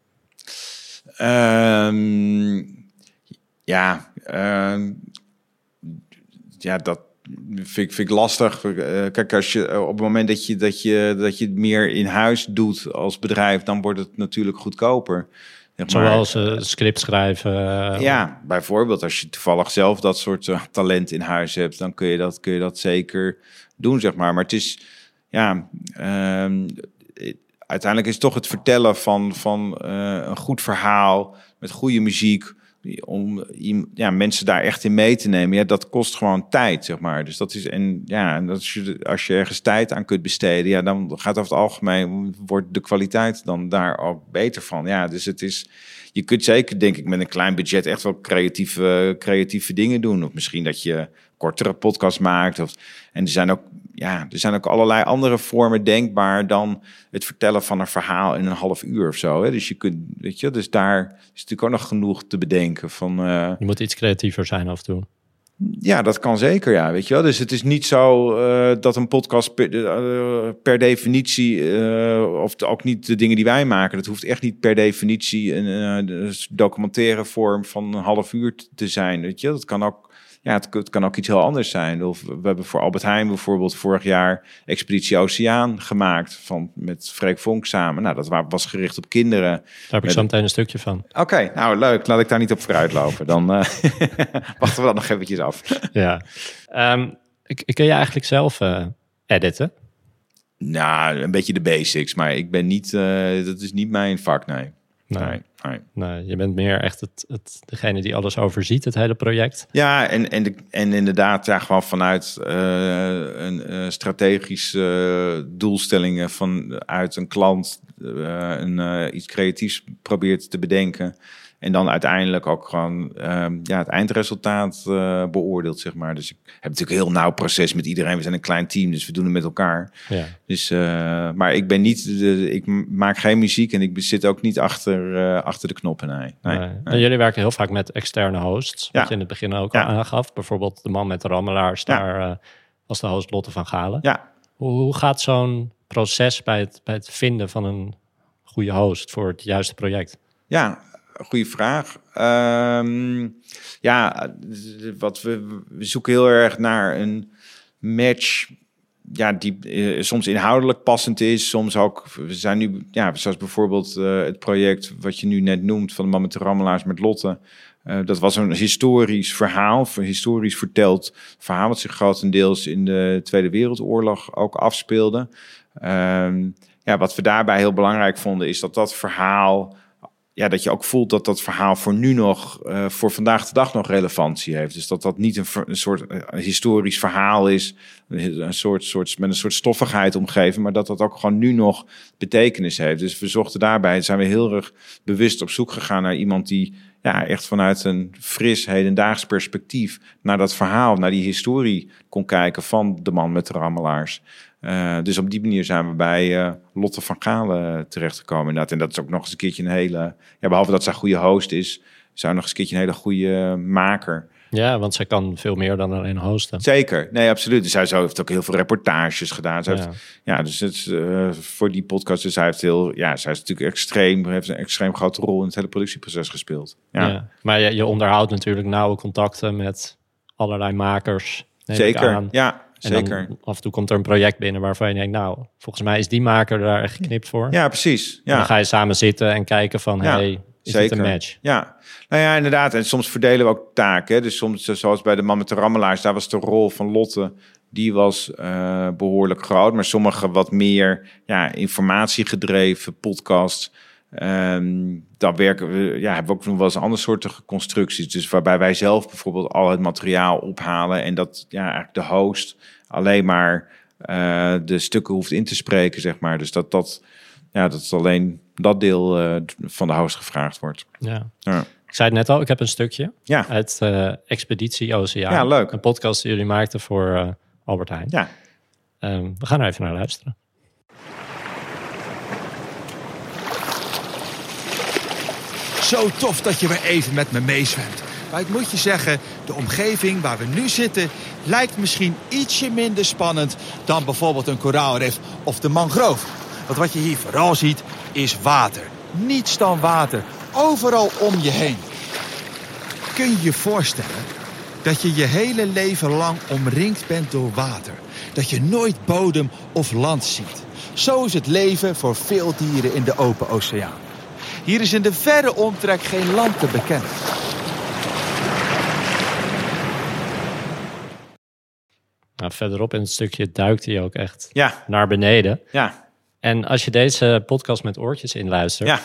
S1: Um, ja, um, ja, dat Vind ik, vind ik lastig. Uh, kijk, als je uh, op het moment dat je, dat, je, dat je het meer in huis doet als bedrijf, dan wordt het natuurlijk goedkoper.
S2: Zeg maar, zoals uh, script schrijven. Uh,
S1: ja, bijvoorbeeld als je toevallig zelf dat soort uh, talent in huis hebt, dan kun je dat, kun je dat zeker doen, zeg maar. Maar het is, ja, uh, uiteindelijk is toch het vertellen van, van uh, een goed verhaal met goede muziek, om ja, mensen daar echt in mee te nemen, ja, dat kost gewoon tijd, zeg maar. Dus dat is, en ja, en als je, als je ergens tijd aan kunt besteden, ja, dan gaat over het algemeen, wordt de kwaliteit dan daar ook beter van. Ja, dus het is, je kunt zeker, denk ik, met een klein budget echt wel creatieve, creatieve dingen doen. Of misschien dat je kortere podcast maakt. Of, en er zijn ook, ja, er zijn ook allerlei andere vormen denkbaar dan het vertellen van een verhaal in een half uur of zo. Hè? Dus je kunt, weet je, dus daar is natuurlijk ook nog genoeg te bedenken van. Uh,
S2: je moet iets creatiever zijn af en toe.
S1: Ja, dat kan zeker, ja, weet je wel. Dus het is niet zo uh, dat een podcast per, uh, per definitie, uh, of de, ook niet de dingen die wij maken, dat hoeft echt niet per definitie een uh, documentaire vorm van een half uur te zijn, weet je. Dat kan ook, ja, het, het kan ook iets heel anders zijn. Of we hebben voor Albert Heijn bijvoorbeeld vorig jaar Expeditie Oceaan gemaakt van, met Freek Vonk samen. Nou, dat was gericht op kinderen.
S2: Daar heb ik zo meteen een stukje van.
S1: Oké, okay, nou leuk. Laat ik daar niet op vooruit lopen. Dan uh, wachten we dat nog eventjes af.
S2: Ja. Um, kun je eigenlijk zelf uh, editen?
S1: Nou, een beetje de basics. Maar ik ben niet, uh, dat is niet mijn vak, nee.
S2: Nee.
S1: Nee, nee.
S2: nee, je bent meer echt het, het, degene die alles overziet, het hele project.
S1: Ja, en, en, de, en inderdaad, ja, gewoon vanuit uh, een uh, strategische uh, doelstellingen vanuit een klant uh, een, uh, iets creatiefs probeert te bedenken. En dan uiteindelijk ook gewoon uh, ja, het eindresultaat uh, beoordeelt, zeg maar. Dus ik heb natuurlijk een heel nauw proces met iedereen. We zijn een klein team, dus we doen het met elkaar.
S2: Ja.
S1: Dus, uh, maar ik ben niet, de, ik maak geen muziek en ik zit ook niet achter, uh, achter de knoppen. Nee. Nee,
S2: nee.
S1: nee.
S2: En jullie werken heel vaak met externe hosts, wat
S1: ja.
S2: je in het begin ook
S1: ja.
S2: al aangaf. Bijvoorbeeld de man met de rammelaars,
S1: ja.
S2: daar uh, was de host Lotte van Galen.
S1: Ja.
S2: Hoe, hoe gaat zo'n proces bij het, bij het vinden van een goede host voor het juiste project?
S1: Ja, goede vraag. Um, ja, wat we, we zoeken heel erg naar een match, ja, die uh, soms inhoudelijk passend is, soms ook. We zijn nu, ja, zoals bijvoorbeeld uh, het project wat je nu net noemt van de man met de rammelaars met Lotte. Uh, dat was een historisch verhaal, een historisch verteld verhaal, wat zich grotendeels in de Tweede Wereldoorlog ook afspeelde. Um, ja, wat we daarbij heel belangrijk vonden, is dat dat verhaal, ja, dat je ook voelt dat dat verhaal voor nu nog, uh, voor vandaag de dag nog relevantie heeft. Dus dat dat niet een, een soort uh, historisch verhaal is, een soort, soort, met een soort stoffigheid omgeven, maar dat dat ook gewoon nu nog betekenis heeft. Dus we zochten daarbij, zijn we heel erg bewust op zoek gegaan naar iemand die, ja, echt vanuit een fris, hedendaags perspectief naar dat verhaal, naar die historie kon kijken van de man met de rammelaars. Uh, dus op die manier zijn we bij uh, Lotte van Galen terechtgekomen. Inderdaad. En dat is ook nog eens een keertje een hele, ja, behalve dat zij een goede host is, zij nog eens een keertje een hele goede maker.
S2: Ja, want zij kan veel meer dan alleen hosten.
S1: Zeker, nee, absoluut. Dus zij zo heeft ook heel veel reportages gedaan. Zij
S2: ja.
S1: heeft, ja, dus het, uh, voor die podcast, dus zij heeft heel, ja, zij is natuurlijk extreem, heeft een extreem grote rol in het hele productieproces gespeeld. Ja,
S2: ja. Maar je, je onderhoudt natuurlijk nauwe contacten met allerlei makers.
S1: Zeker, aan. ja.
S2: En
S1: Zeker.
S2: Dan af en toe komt er een project binnen waarvan je denkt, nou, volgens mij is die maker daar echt geknipt voor.
S1: Ja, precies. Ja.
S2: En dan ga je samen zitten en kijken van, ja, hey, is
S1: zeker.
S2: dit een match?
S1: Ja, nou ja, inderdaad. En soms verdelen we ook taken. Hè. Dus soms, zoals bij de man met de rammelaars, daar was de rol van Lotte, die was uh, behoorlijk groot. Maar sommige wat meer, ja, informatiegedreven podcasts. Um, dan werken we, ja, hebben we ook nog wel eens andere soorten constructies. Dus waarbij wij zelf bijvoorbeeld al het materiaal ophalen en dat, ja, eigenlijk de host alleen maar uh, de stukken hoeft in te spreken, zeg maar. Dus dat dat, ja, dat is alleen dat deel uh, van de host gevraagd wordt.
S2: Ja.
S1: Ja.
S2: Ik zei het net al, ik heb een stukje
S1: ja.
S2: uit uh, Expeditie Oceaan.
S1: Ja, leuk.
S2: Een podcast die jullie maakten voor uh, Albert Heijn.
S1: Ja.
S2: Um, we gaan er even naar luisteren.
S3: Zo tof dat je weer even met me meezwemt. Maar ik moet je zeggen, de omgeving waar we nu zitten lijkt misschien ietsje minder spannend dan bijvoorbeeld een koraalrif of de mangrove. Want wat je hier vooral ziet is water. Niets dan water. Overal om je heen. Kun je je voorstellen dat je je hele leven lang omringd bent door water? Dat je nooit bodem of land ziet. Zo is het leven voor veel dieren in de open oceaan. Hier is in de verre omtrek geen land te bekennen.
S2: Nou, verderop in het stukje duikt hij ook echt
S1: ja.
S2: naar beneden.
S1: Ja.
S2: En als je deze podcast met oortjes inluistert,
S1: ja.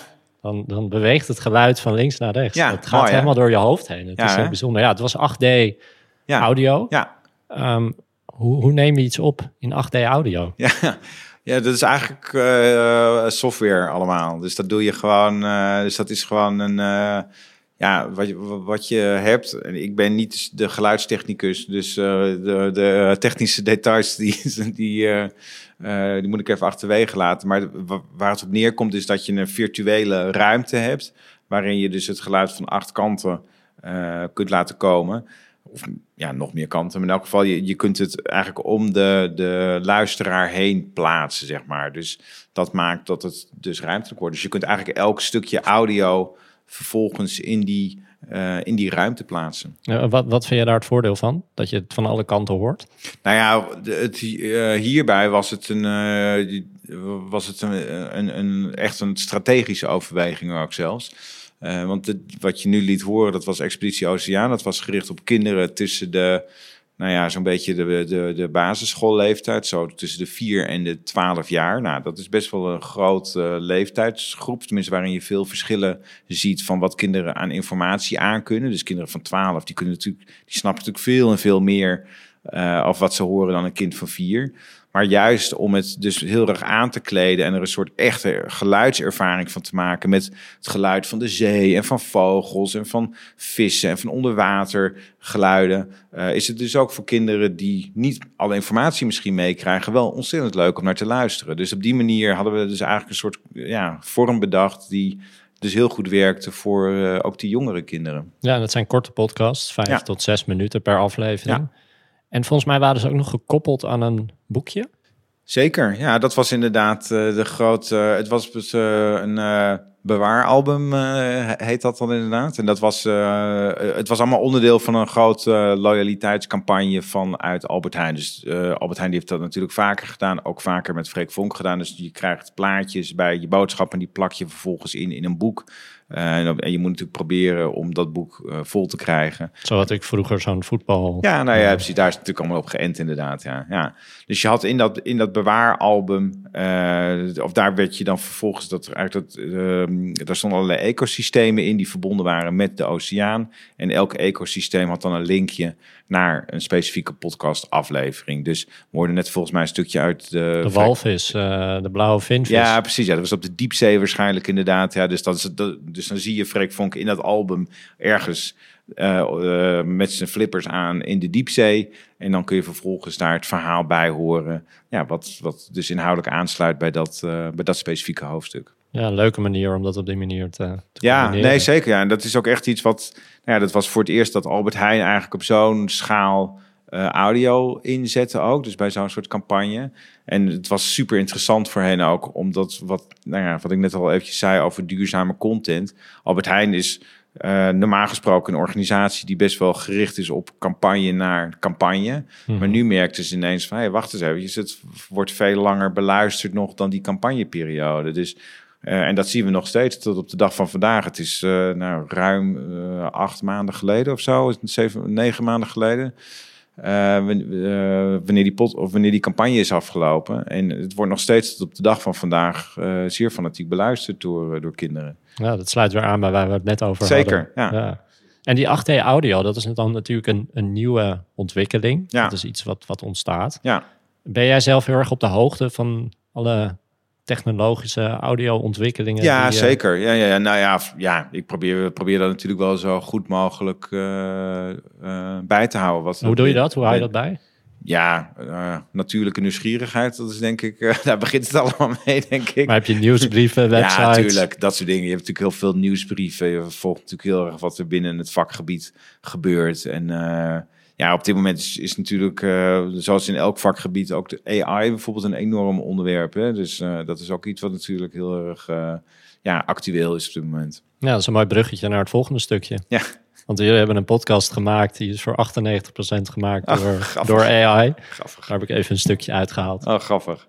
S2: Dan, dan beweegt het geluid van links naar rechts.
S1: Ja,
S2: het gaat
S1: mooi,
S2: helemaal door je hoofd heen. Het
S1: Ja,
S2: is heel
S1: hè?
S2: bijzonder. Ja, het was acht D
S1: Ja.
S2: audio.
S1: Ja.
S2: Um, hoe, hoe neem je iets op in acht D audio?
S1: Ja, ja, dat is eigenlijk uh, software allemaal. Dus dat doe je gewoon. Uh, dus dat is gewoon een. Uh, ja, wat je, wat je hebt. En ik ben niet de geluidstechnicus, dus uh, de, de technische details die, die, uh, uh, die moet ik even achterwege laten. Maar waar het op neerkomt is dat je een virtuele ruimte hebt, waarin je dus het geluid van acht kanten uh, kunt laten komen. Of ja, nog meer kanten. Maar in elk geval, je, je kunt het eigenlijk om de, de luisteraar heen plaatsen, zeg maar. Dus dat maakt dat het dus ruimtelijk wordt. Dus je kunt eigenlijk elk stukje audio vervolgens in die, uh, in die ruimte plaatsen.
S2: Uh, wat, wat vind je daar het voordeel van? Dat je het van alle kanten hoort?
S1: Nou ja, het, uh, hierbij was het, een, uh, was het een, een, een, echt een strategische overweging ook zelfs. Uh, want het, wat je nu liet horen, dat was Expeditie Oceaan. Dat was gericht op kinderen tussen de, nou ja, zo'n beetje de, de, de basisschoolleeftijd. Zo tussen de vier en de twaalf jaar. Nou, dat is best wel een groot uh, leeftijdsgroep. Tenminste, waarin je veel verschillen ziet van wat kinderen aan informatie aankunnen. Dus kinderen van twaalf, die kunnen natuurlijk, die snappen natuurlijk veel en veel meer uh, of wat ze horen dan een kind van vier. Maar juist om het dus heel erg aan te kleden en er een soort echte geluidservaring van te maken met het geluid van de zee en van vogels en van vissen en van onderwatergeluiden, uh, is het dus ook voor kinderen die niet alle informatie misschien meekrijgen wel ontzettend leuk om naar te luisteren. Dus op die manier hadden we dus eigenlijk een soort ja, vorm bedacht die dus heel goed werkte voor uh, ook die jongere kinderen.
S2: Ja, dat zijn korte podcasts, vijf
S1: Ja.
S2: tot zes minuten per aflevering.
S1: Ja.
S2: En volgens mij waren ze ook nog gekoppeld aan een boekje.
S1: Zeker, ja, dat was inderdaad uh, de grote. Uh, het was dus, uh, een uh, bewaaralbum, uh, heet dat dan inderdaad. En dat was, uh, het was allemaal onderdeel van een grote uh, loyaliteitscampagne vanuit Albert Heijn. Dus uh, Albert Heijn die heeft dat natuurlijk vaker gedaan, ook vaker met Freek Vonk gedaan. Dus je krijgt plaatjes bij je boodschap en die plak je vervolgens in in een boek. Uh, en, en je moet natuurlijk proberen om dat boek uh, vol te krijgen.
S2: Zo had ik vroeger zo'n voetbal...
S1: Ja, nou ja, precies. Daar is het natuurlijk allemaal op geënt inderdaad. Ja, ja. Dus je had in dat, in dat bewaaralbum, uh, of daar werd je dan vervolgens, dat, eigenlijk dat, uh, daar stonden allerlei ecosystemen in die verbonden waren met de oceaan. En elk ecosysteem had dan een linkje naar een specifieke podcastaflevering. Dus we hoorden net volgens mij een stukje uit de...
S2: De walvis, uh, de blauwe vinvis.
S1: Ja, precies. Ja, dat was op de diepzee waarschijnlijk inderdaad. Ja, dus, dat is, dat, dus dan zie je Freek Vonk in dat album ergens uh, uh, met zijn flippers aan in de diepzee. En dan kun je vervolgens daar het verhaal bij horen. Ja, wat, wat dus inhoudelijk aansluit bij dat, uh, bij dat specifieke hoofdstuk.
S2: Ja, een leuke manier om dat op die manier te, te
S1: ja,
S2: combineren.
S1: Nee, zeker. Ja. En dat is ook echt iets wat... Nou ja, dat was voor het eerst dat Albert Heijn eigenlijk op zo'n schaal uh, audio inzette ook. Dus bij zo'n soort campagne. En het was super interessant voor hen ook. Omdat, wat, nou ja, wat ik net al eventjes zei over duurzame content. Albert Heijn is uh, normaal gesproken een organisatie die best wel gericht is op campagne naar campagne. Hmm. Maar nu merkten ze ineens van, hey, wacht eens even. Het wordt veel langer beluisterd nog dan die campagneperiode. Dus... Uh, en dat zien we nog steeds tot op de dag van vandaag. Het is uh, nou, ruim uh, acht maanden geleden of zo, zeven, negen maanden geleden. Uh, uh, wanneer, die pot, of wanneer die campagne is afgelopen. En het wordt nog steeds tot op de dag van vandaag uh, zeer fanatiek beluisterd door, uh, door kinderen.
S2: Ja, dat sluit weer aan bij waar we het net over
S1: Zeker,
S2: hadden.
S1: Zeker, ja.
S2: ja. En die acht D audio, dat is dan natuurlijk een, een nieuwe ontwikkeling.
S1: Ja.
S2: Dat is iets wat, wat ontstaat.
S1: Ja.
S2: Ben jij zelf heel erg op de hoogte van alle technologische audio-ontwikkelingen?
S1: Ja,
S2: die,
S1: zeker. Ja, ja, ja. Nou ja, ja ik probeer, probeer dat natuurlijk wel zo goed mogelijk uh, uh, bij te houden. Wat
S2: Hoe doe je dat? Hoe hou je dat bij?
S1: Ja, uh, natuurlijke nieuwsgierigheid. Dat is denk ik, uh, daar begint het allemaal mee, denk ik.
S2: Maar heb je nieuwsbrieven, websites?
S1: Ja, natuurlijk. Dat soort dingen. Je hebt natuurlijk heel veel nieuwsbrieven. Je volgt natuurlijk heel erg wat er binnen het vakgebied gebeurt. En uh, ja, op dit moment is, is natuurlijk, uh, zoals in elk vakgebied, ook de A I bijvoorbeeld een enorm onderwerp. Hè? Dus uh, dat is ook iets wat natuurlijk heel erg uh, ja, actueel is op dit moment.
S2: Ja, dat is een mooi bruggetje naar het volgende stukje.
S1: Ja.
S2: Want jullie hebben een podcast gemaakt, die is voor achtennegentig procent gemaakt
S1: oh,
S2: door, door A I.
S1: Grappig.
S2: Daar heb ik even een stukje uitgehaald.
S1: Oh, grappig.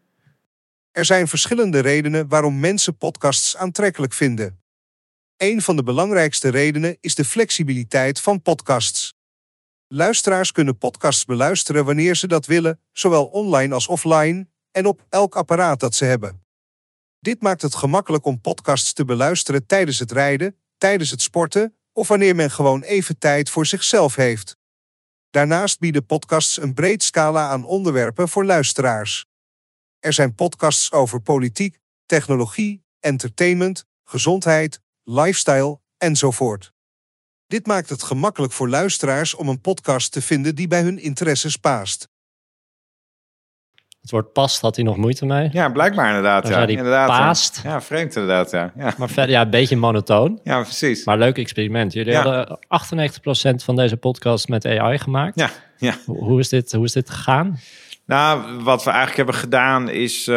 S4: Er zijn verschillende redenen waarom mensen podcasts aantrekkelijk vinden. Een van de belangrijkste redenen is de flexibiliteit van podcasts. Luisteraars kunnen podcasts beluisteren wanneer ze dat willen, zowel online als offline, en op elk apparaat dat ze hebben. Dit maakt het gemakkelijk om podcasts te beluisteren tijdens het rijden, tijdens het sporten of wanneer men gewoon even tijd voor zichzelf heeft. Daarnaast bieden podcasts een breed scala aan onderwerpen voor luisteraars. Er zijn podcasts over politiek, technologie, entertainment, gezondheid, lifestyle enzovoort. Dit maakt het gemakkelijk voor luisteraars om een podcast te vinden die bij hun interesses past.
S2: Het woord past had hij nog moeite mee.
S1: Ja, blijkbaar inderdaad.
S2: Dan
S1: Ja.
S2: zei hij
S1: inderdaad,
S2: paast.
S1: Ja. ja, vreemd inderdaad. Ja, ja.
S2: Maar verder, ja, een beetje monotoon.
S1: ja precies.
S2: Maar leuk experiment. Jullie
S1: Ja.
S2: hadden achtennegentig procent van deze podcast met A I gemaakt.
S1: Ja, ja.
S2: Hoe, hoe, is dit, hoe is dit gegaan?
S1: Nou, wat we eigenlijk hebben gedaan is uh,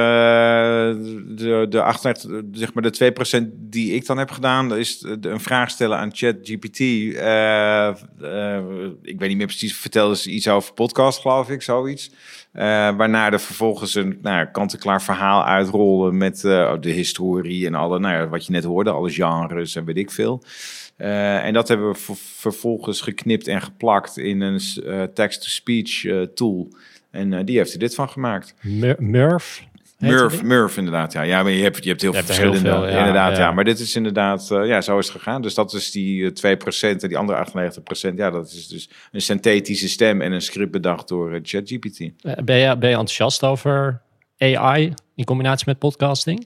S1: de, de, achtennegentig, zeg maar de twee procent die ik dan heb gedaan, is de, een vraag stellen aan ChatGPT. Uh, uh, ik weet niet meer precies, vertelde ze iets over podcast, geloof ik, zoiets. Uh, waarna er vervolgens een nou, kant-en-klaar verhaal uitrollen met uh, de historie en alle, nou ja, wat je net hoorde, alle genres en weet ik veel. Uh, en dat hebben we v- vervolgens geknipt en geplakt in een uh, text-to-speech uh, tool. En uh, die heeft er dit van gemaakt.
S2: Mur- Murph? heette
S1: Murph,
S2: die?
S1: Murph inderdaad. Ja, ja maar je hebt, je hebt heel
S2: Je
S1: veel
S2: hebt er heel
S1: verschillende.
S2: veel, ja,
S1: inderdaad, ja.
S2: ja.
S1: Maar dit is inderdaad, uh, ja, zo is het gegaan. Dus dat is die uh, twee procent en die andere achtennegentig procent. Ja, dat is dus een synthetische stem en een script bedacht door uh, ChatGPT.
S2: Uh, ben, je, ben je enthousiast over A I in combinatie met podcasting?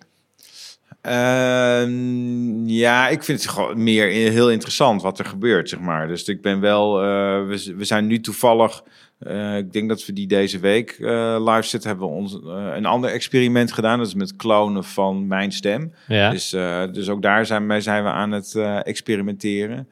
S1: Uh, ja, ik vind het gewoon meer heel interessant wat er gebeurt, zeg maar. Dus ik ben wel, uh, we, we zijn nu toevallig, uh, ik denk dat we die deze week uh, live zitten, hebben we ons, uh, een ander experiment gedaan. Dat is met klonen van mijn stem.
S2: Ja.
S1: Dus, uh, dus ook daar zijn, wij zijn we aan het uh, experimenteren.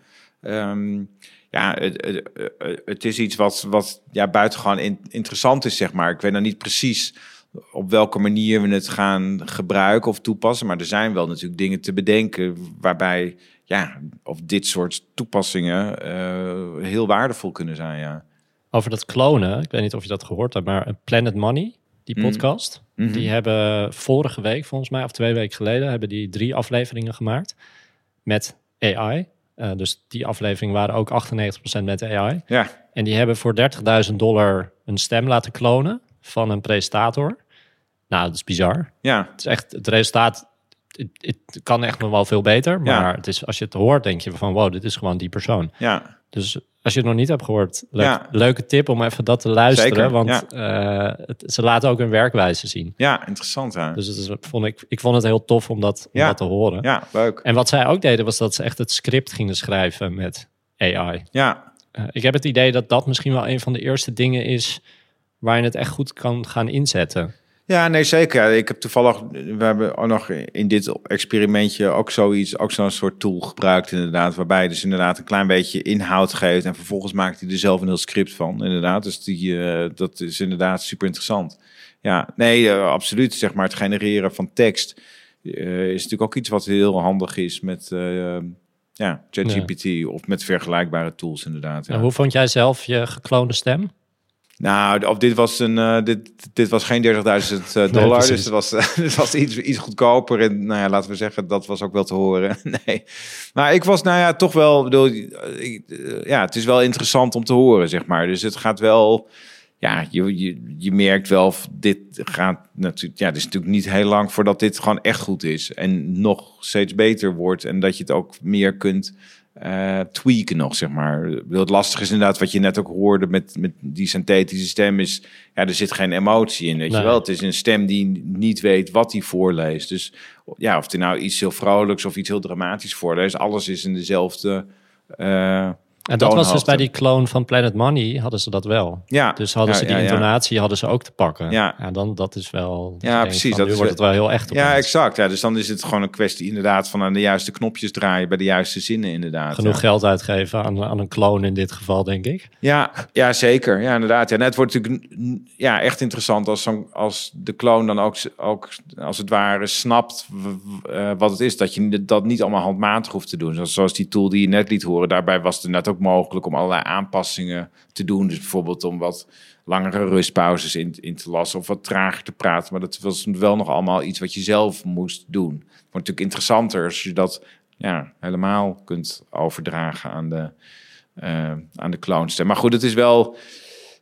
S1: Um, ja, het, het, het is iets wat, wat ja, buitengewoon in, interessant is, zeg maar. Ik weet nou niet precies op welke manier we het gaan gebruiken of toepassen. Maar er zijn wel natuurlijk dingen te bedenken waarbij ja, of dit soort toepassingen uh, heel waardevol kunnen zijn. Ja.
S2: Over dat klonen, ik weet niet of je dat gehoord hebt, maar Planet Money, die podcast,
S1: Mm-hmm.
S2: die hebben vorige week, volgens mij, of twee weken geleden, hebben die drie afleveringen gemaakt met A I. Uh, dus die afleveringen waren ook achtennegentig procent met A I.
S1: Ja.
S2: En die hebben voor dertigduizend dollar een stem laten klonen van een presentator. Nou, dat is bizar.
S1: Ja.
S2: Het is echt, het resultaat, het, het kan echt nog wel veel beter. Maar
S1: Ja.
S2: het is, als je het hoort, denk je van wow, dit is gewoon die persoon.
S1: Ja.
S2: Dus als je het nog niet hebt gehoord, leuk,
S1: Ja.
S2: leuke tip om even dat te luisteren.
S1: Zeker,
S2: want ja. uh, het, ze laten ook hun werkwijze zien.
S1: Ja, interessant. Hè?
S2: Dus het is, vond ik, ik vond het heel tof om dat, om
S1: Ja.
S2: dat te horen.
S1: Ja, leuk.
S2: En wat zij ook deden, was dat ze echt het script gingen schrijven met A I.
S1: Ja.
S2: Uh, ik heb het idee dat dat misschien wel een van de eerste dingen is waar je het echt goed kan gaan inzetten.
S1: Ja, nee, zeker. Ja, ik heb toevallig, we hebben ook nog in dit experimentje ook zoiets, ook zo'n soort tool gebruikt inderdaad, waarbij je dus inderdaad een klein beetje inhoud geeft en vervolgens maakt hij er zelf een heel script van, inderdaad. Dus die, uh, dat is inderdaad super interessant. Ja, nee, uh, absoluut. Zeg maar, het genereren van tekst uh, is natuurlijk ook iets wat heel handig is met uh, ja, ChatGPT ja. of met vergelijkbare tools inderdaad. Ja.
S2: En hoe vond jij zelf je gekloonde stem?
S1: Nou, of dit was een, uh, dit, dit was geen dertigduizend uh, dollar, nee, dus het was, uh, het was iets, iets goedkoper. En nou ja, laten we zeggen, dat was ook wel te horen. Nee, maar ik was, nou ja, toch wel, bedoel, ik, uh, ja, het is wel interessant om te horen, zeg maar. Dus het gaat wel, ja, je, je, je merkt wel, dit gaat natuurlijk, ja, het is natuurlijk niet heel lang voordat dit gewoon echt goed is en nog steeds beter wordt en dat je het ook meer kunt Uh, tweaken nog, zeg maar. Het lastige is inderdaad wat je net ook hoorde met, met die synthetische stem is, ja, er zit geen emotie in, weet nee. je wel. Het is een stem die niet weet wat hij voorleest. Dus ja, of hij nou iets heel vrolijks of iets heel dramatisch voorleest, alles is in dezelfde uh,
S2: En dat was dus bij die clone van Planet Money, hadden ze dat wel.
S1: Ja.
S2: Dus hadden
S1: ja,
S2: ze die
S1: ja,
S2: intonatie, ja. hadden ze ook te pakken.
S1: Ja,
S2: ja dan dat is wel...
S1: Ja, precies.
S2: Van,
S1: dat
S2: nu
S1: is
S2: wordt het wel heel echt op
S1: Ja,
S2: ons.
S1: exact. Ja, dus dan is het gewoon een kwestie inderdaad van aan de juiste knopjes draaien bij de juiste zinnen inderdaad.
S2: Genoeg
S1: ja.
S2: geld uitgeven aan, aan een clone in dit geval, denk ik.
S1: Ja, ja zeker. Ja, inderdaad. Ja, net wordt natuurlijk ja, echt interessant als, zo'n, als de clone dan ook, ook als het ware snapt uh, wat het is. Dat je dat niet allemaal handmatig hoeft te doen. Zoals, zoals die tool die je net liet horen. Daarbij was het net ook mogelijk om allerlei aanpassingen te doen. Dus bijvoorbeeld om wat langere rustpauzes in, in te lassen of wat trager te praten. Maar dat was wel nog allemaal iets wat je zelf moest doen. Het wordt natuurlijk interessanter als je dat ja, helemaal kunt overdragen aan de, uh, aan de clonestem. Maar goed, het is wel...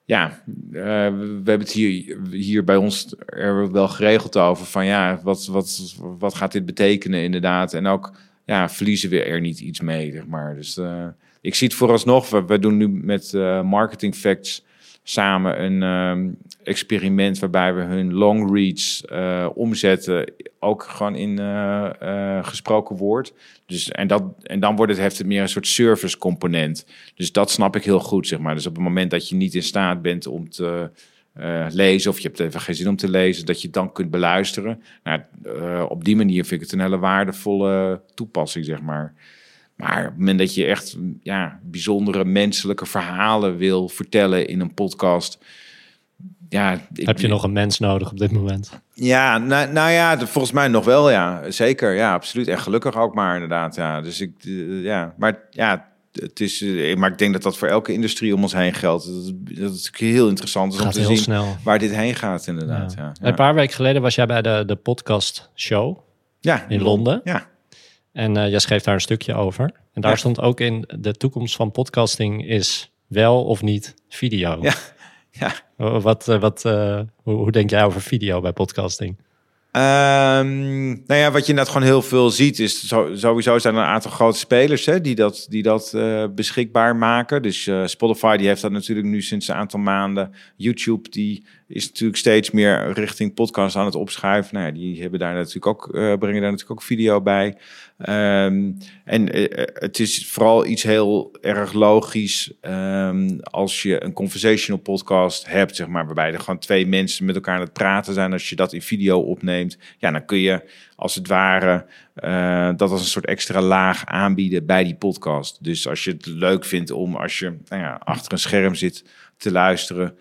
S1: ja, uh, we hebben het hier, hier bij ons er wel geregeld over van ja, wat, wat, wat gaat dit betekenen inderdaad? En ook ja, verliezen we er niet iets mee, zeg maar. Dus uh, ik zie het vooralsnog. We, we doen nu met uh, Marketing Facts samen een um, experiment waarbij we hun long reads uh, omzetten, ook gewoon in uh, uh, gesproken woord. Dus, en, dat, en dan wordt het, heeft het meer een soort service component. Dus dat snap ik heel goed, zeg maar. Dus op het moment dat je niet in staat bent om te uh, lezen, of je hebt even geen zin om te lezen, dat je het dan kunt beluisteren. Nou, uh, op die manier vind ik het een hele waardevolle toepassing, zeg maar. Maar op het moment dat je echt ja, bijzondere menselijke verhalen wil vertellen in een podcast. Ja, ik,
S2: heb je nog een mens nodig op dit moment?
S1: Ja, nou, nou ja, volgens mij nog wel, ja. Zeker, ja, absoluut. En gelukkig ook maar, inderdaad. Ja. Dus ik, uh, ja, maar ja, het is, uh, maar ik denk dat dat voor elke industrie om ons heen geldt. Dat is, dat is heel interessant is om te zien snel. Waar dit heen gaat, inderdaad. Ja. Ja, ja.
S2: Een paar weken geleden was jij bij de, de podcast show
S1: ja,
S2: in Londen.
S1: Ja.
S2: En uh, jij schreef daar een stukje over. En daar
S1: ja.
S2: stond ook in, de toekomst van podcasting is wel of niet video.
S1: Ja, ja.
S2: Wat, wat, uh, hoe, hoe denk jij over video bij podcasting?
S1: Um, nou ja, wat je net gewoon heel veel ziet is sowieso zijn er een aantal grote spelers hè, die dat, die dat uh, beschikbaar maken. Dus uh, Spotify die heeft dat natuurlijk nu sinds een aantal maanden. YouTube die is natuurlijk steeds meer richting podcast aan het opschuiven. Nou ja, die hebben daar natuurlijk ook, uh, brengen daar natuurlijk ook video bij. Um, en uh, het is vooral iets heel erg logisch um, als je een conversational podcast hebt, zeg maar, waarbij er gewoon twee mensen met elkaar aan het praten zijn. Als je dat in video opneemt, ja, dan kun je als het ware uh, dat als een soort extra laag aanbieden bij die podcast. Dus als je het leuk vindt om als je nou ja, achter een scherm zit te luisteren,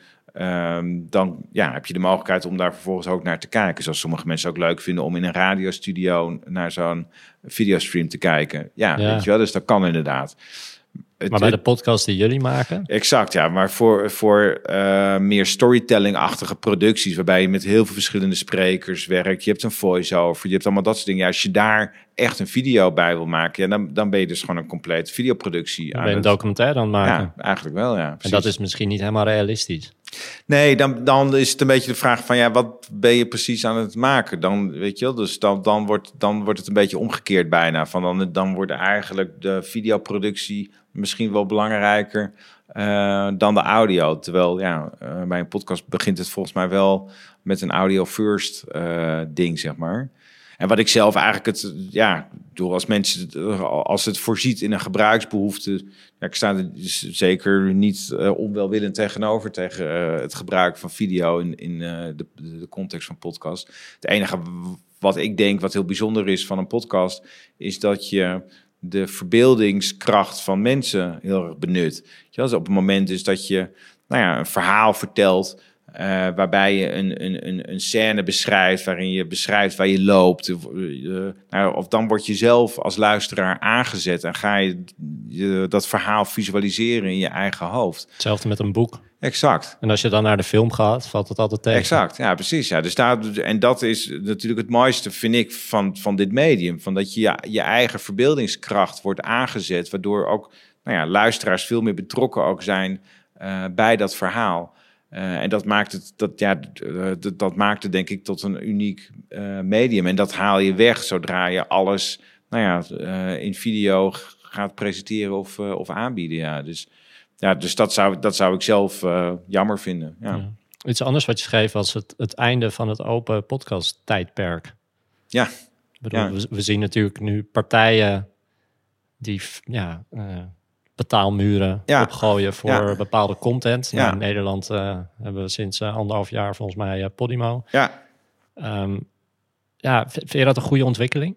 S1: Um, dan ja, heb je de mogelijkheid om daar vervolgens ook naar te kijken. Zoals sommige mensen ook leuk vinden om in een radiostudio naar zo'n videostream te kijken. Ja, ja. Weet je wel, dus dat kan inderdaad.
S2: Het, maar bij de podcast die jullie maken?
S1: Exact, ja. Maar voor, voor uh, meer storytelling-achtige producties, waarbij je met heel veel verschillende sprekers werkt. Je hebt een voice-over, je hebt allemaal dat soort dingen. Ja, als je daar echt een video bij wil maken, ja, dan, dan ben je dus gewoon een complete videoproductie.
S2: Dan ben je een documentaire aan het maken.
S1: Ja, eigenlijk wel, ja.
S2: Precies. En dat is misschien niet helemaal realistisch.
S1: Nee, dan, dan is het een beetje de vraag van, ja, wat ben je precies aan het maken? Dan, weet je wel, dus dan, dan, wordt, dan wordt het een beetje omgekeerd bijna. Van dan, dan wordt eigenlijk de videoproductie misschien wel belangrijker uh, dan de audio. Terwijl, ja, uh, bij een podcast begint het volgens mij wel met een audio-first uh, ding, zeg maar. En wat ik zelf eigenlijk het, ja, door als mensen, als het voorziet in een gebruiksbehoefte, ja, ik sta er zeker niet uh, onwelwillend tegenover tegen uh, het gebruik van video in, in uh, de, de context van podcast. Het enige wat ik denk wat heel bijzonder is van een podcast, is dat je de verbeeldingskracht van mensen heel erg benut. Ja, dus op het moment is dat je nou ja, een verhaal vertelt, Uh, waarbij je een, een, een scène beschrijft, waarin je beschrijft waar je loopt. Of, uh, nou, of dan word je zelf als luisteraar aangezet en ga je, je dat verhaal visualiseren in je eigen hoofd.
S2: Hetzelfde met een boek.
S1: Exact.
S2: En als je dan naar de film gaat, valt het altijd tegen.
S1: Exact, ja, precies. Ja. Dus daar, en dat is natuurlijk het mooiste, vind ik, van, van dit medium. Van dat je, je je eigen verbeeldingskracht wordt aangezet, waardoor ook nou ja, luisteraars veel meer betrokken ook zijn uh, bij dat verhaal. Uh, en dat maakt het, dat, ja, dat, dat maakt het denk ik tot een uniek uh, medium. En dat haal je weg zodra je alles, nou ja, uh, in video gaat presenteren of, uh, of aanbieden. Ja. Dus, ja, dus dat zou, dat zou ik zelf uh, jammer vinden. Ja. Ja.
S2: Iets anders wat je schreef was het, het einde van het open podcast tijdperk.
S1: Ja.
S2: Ik bedoel,
S1: ja.
S2: We, we zien natuurlijk nu partijen die, ja. Uh, betaalmuren ja. opgooien voor ja. bepaalde content. Ja. Nou, in Nederland uh, hebben we sinds uh, anderhalf jaar volgens mij uh, Podimo.
S1: Ja.
S2: Um, ja, vind je dat een goede ontwikkeling?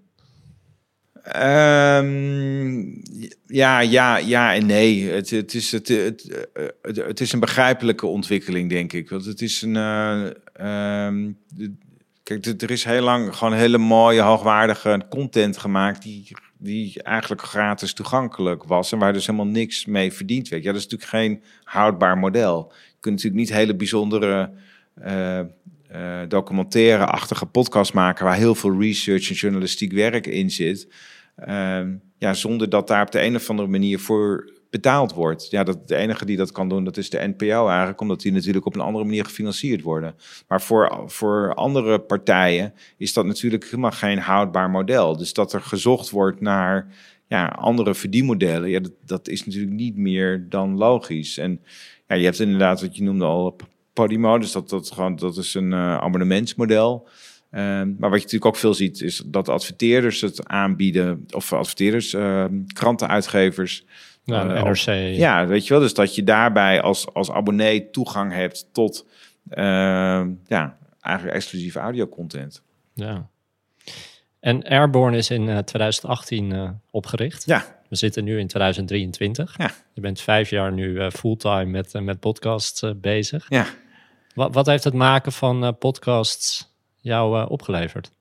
S1: Um, ja, ja, ja en nee. Het, het, is, het, het, het, het is een begrijpelijke ontwikkeling, denk ik. Want het is een... Uh, um, kijk, er is heel lang gewoon hele mooie, hoogwaardige content gemaakt die... die eigenlijk gratis toegankelijk was en waar dus helemaal niks mee verdiend werd. Ja, dat is natuurlijk geen houdbaar model. Je kunt natuurlijk niet hele bijzondere uh, uh, documentaire-achtige podcasts maken waar heel veel research en journalistiek werk in zit. Uh, ja, zonder dat daar op de een of andere manier voor betaald wordt. Ja, dat, de enige die dat kan doen, dat is de N P O eigenlijk, omdat die natuurlijk op een andere manier gefinancierd worden. Maar voor, voor andere partijen is dat natuurlijk helemaal geen houdbaar model. Dus dat er gezocht wordt naar ja, andere verdienmodellen, ja, dat, dat is natuurlijk niet meer dan logisch. En ja, je hebt inderdaad wat je noemde al Podimo, dus dat, dat, gewoon, dat is een uh, abonnementsmodel. Uh, maar wat je natuurlijk ook veel ziet, is dat adverteerders het aanbieden, of adverteerders, uh, krantenuitgevers.
S2: Ja,
S1: uh,
S2: N R C.
S1: Ja, weet je wel, dus dat je daarbij als, als abonnee toegang hebt tot uh, ja, eigenlijk exclusieve audiocontent.
S2: Ja. En Airborne is in uh, twintig achttien uh, opgericht.
S1: Ja.
S2: We zitten nu in twintig drieëntwintig.
S1: Ja.
S2: Je bent vijf jaar nu uh, fulltime met, uh, met podcasts uh, bezig.
S1: Ja.
S2: Wat, wat heeft het maken van uh, podcasts jou uh, opgeleverd?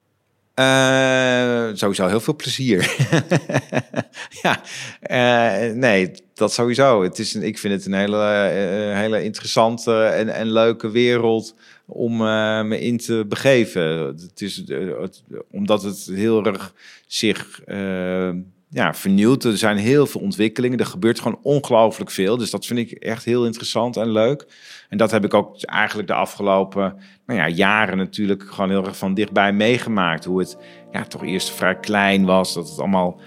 S1: Uh, sowieso heel veel plezier. ja, uh, nee, dat sowieso. Het is een, ik vind het een hele, uh, hele interessante en, en leuke wereld om uh, me in te begeven. Het is, uh, het, omdat het heel erg zich uh, ja, vernieuwt. Er zijn heel veel ontwikkelingen. Er gebeurt gewoon ongelooflijk veel. Dus dat vind ik echt heel interessant en leuk. En dat heb ik ook eigenlijk de afgelopen nou ja, jaren natuurlijk gewoon heel erg van dichtbij meegemaakt. Hoe het ja, toch eerst vrij klein was. Dat het allemaal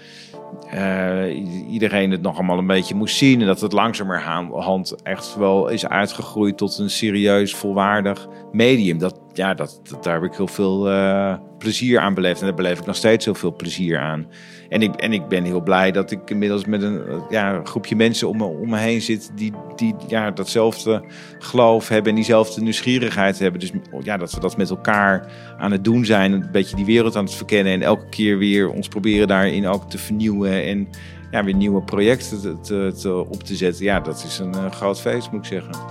S1: uh, iedereen het nog allemaal een beetje moest zien. En dat het langzamerhand echt wel is uitgegroeid tot een serieus, volwaardig medium. Dat, ja, dat, dat, daar heb ik heel veel uh, plezier aan beleefd. En daar beleef ik nog steeds heel veel plezier aan. En ik, en ik ben heel blij dat ik inmiddels met een ja, groepje mensen om me, om me heen zit die, die ja, datzelfde geloof hebben en diezelfde nieuwsgierigheid hebben. Dus ja, dat we dat met elkaar aan het doen zijn, een beetje die wereld aan het verkennen en elke keer weer ons proberen daarin ook te vernieuwen en ja, weer nieuwe projecten te, te, te, op te zetten. Ja, dat is een uh, groot feest, moet ik zeggen.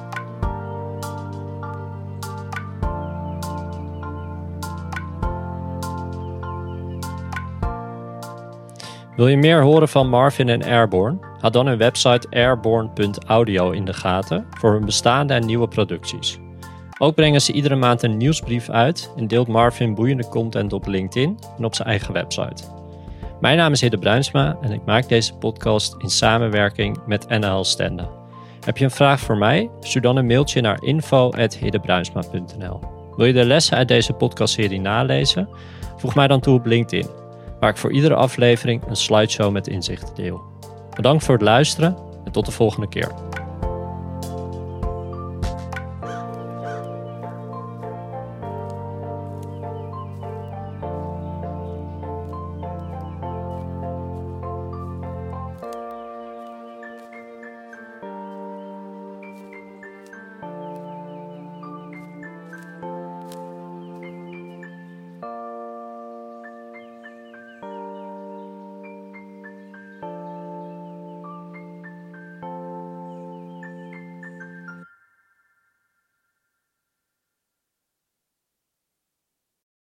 S2: Wil je meer horen van Marvin en Airborne? Houd dan hun website airborne punt audio in de gaten voor hun bestaande en nieuwe producties. Ook brengen ze iedere maand een nieuwsbrief uit en deelt Marvin boeiende content op LinkedIn en op zijn eigen website. Mijn naam is Hidde Bruinsma en ik maak deze podcast in samenwerking met N L Stende. Heb je een vraag voor mij? Stuur dan een mailtje naar info at hiddebruinsma punt n l. Wil je de lessen uit deze podcastserie nalezen? Voeg mij dan toe op LinkedIn, waar ik voor iedere aflevering een slideshow met inzichten deel. Bedankt voor het luisteren en tot de volgende keer.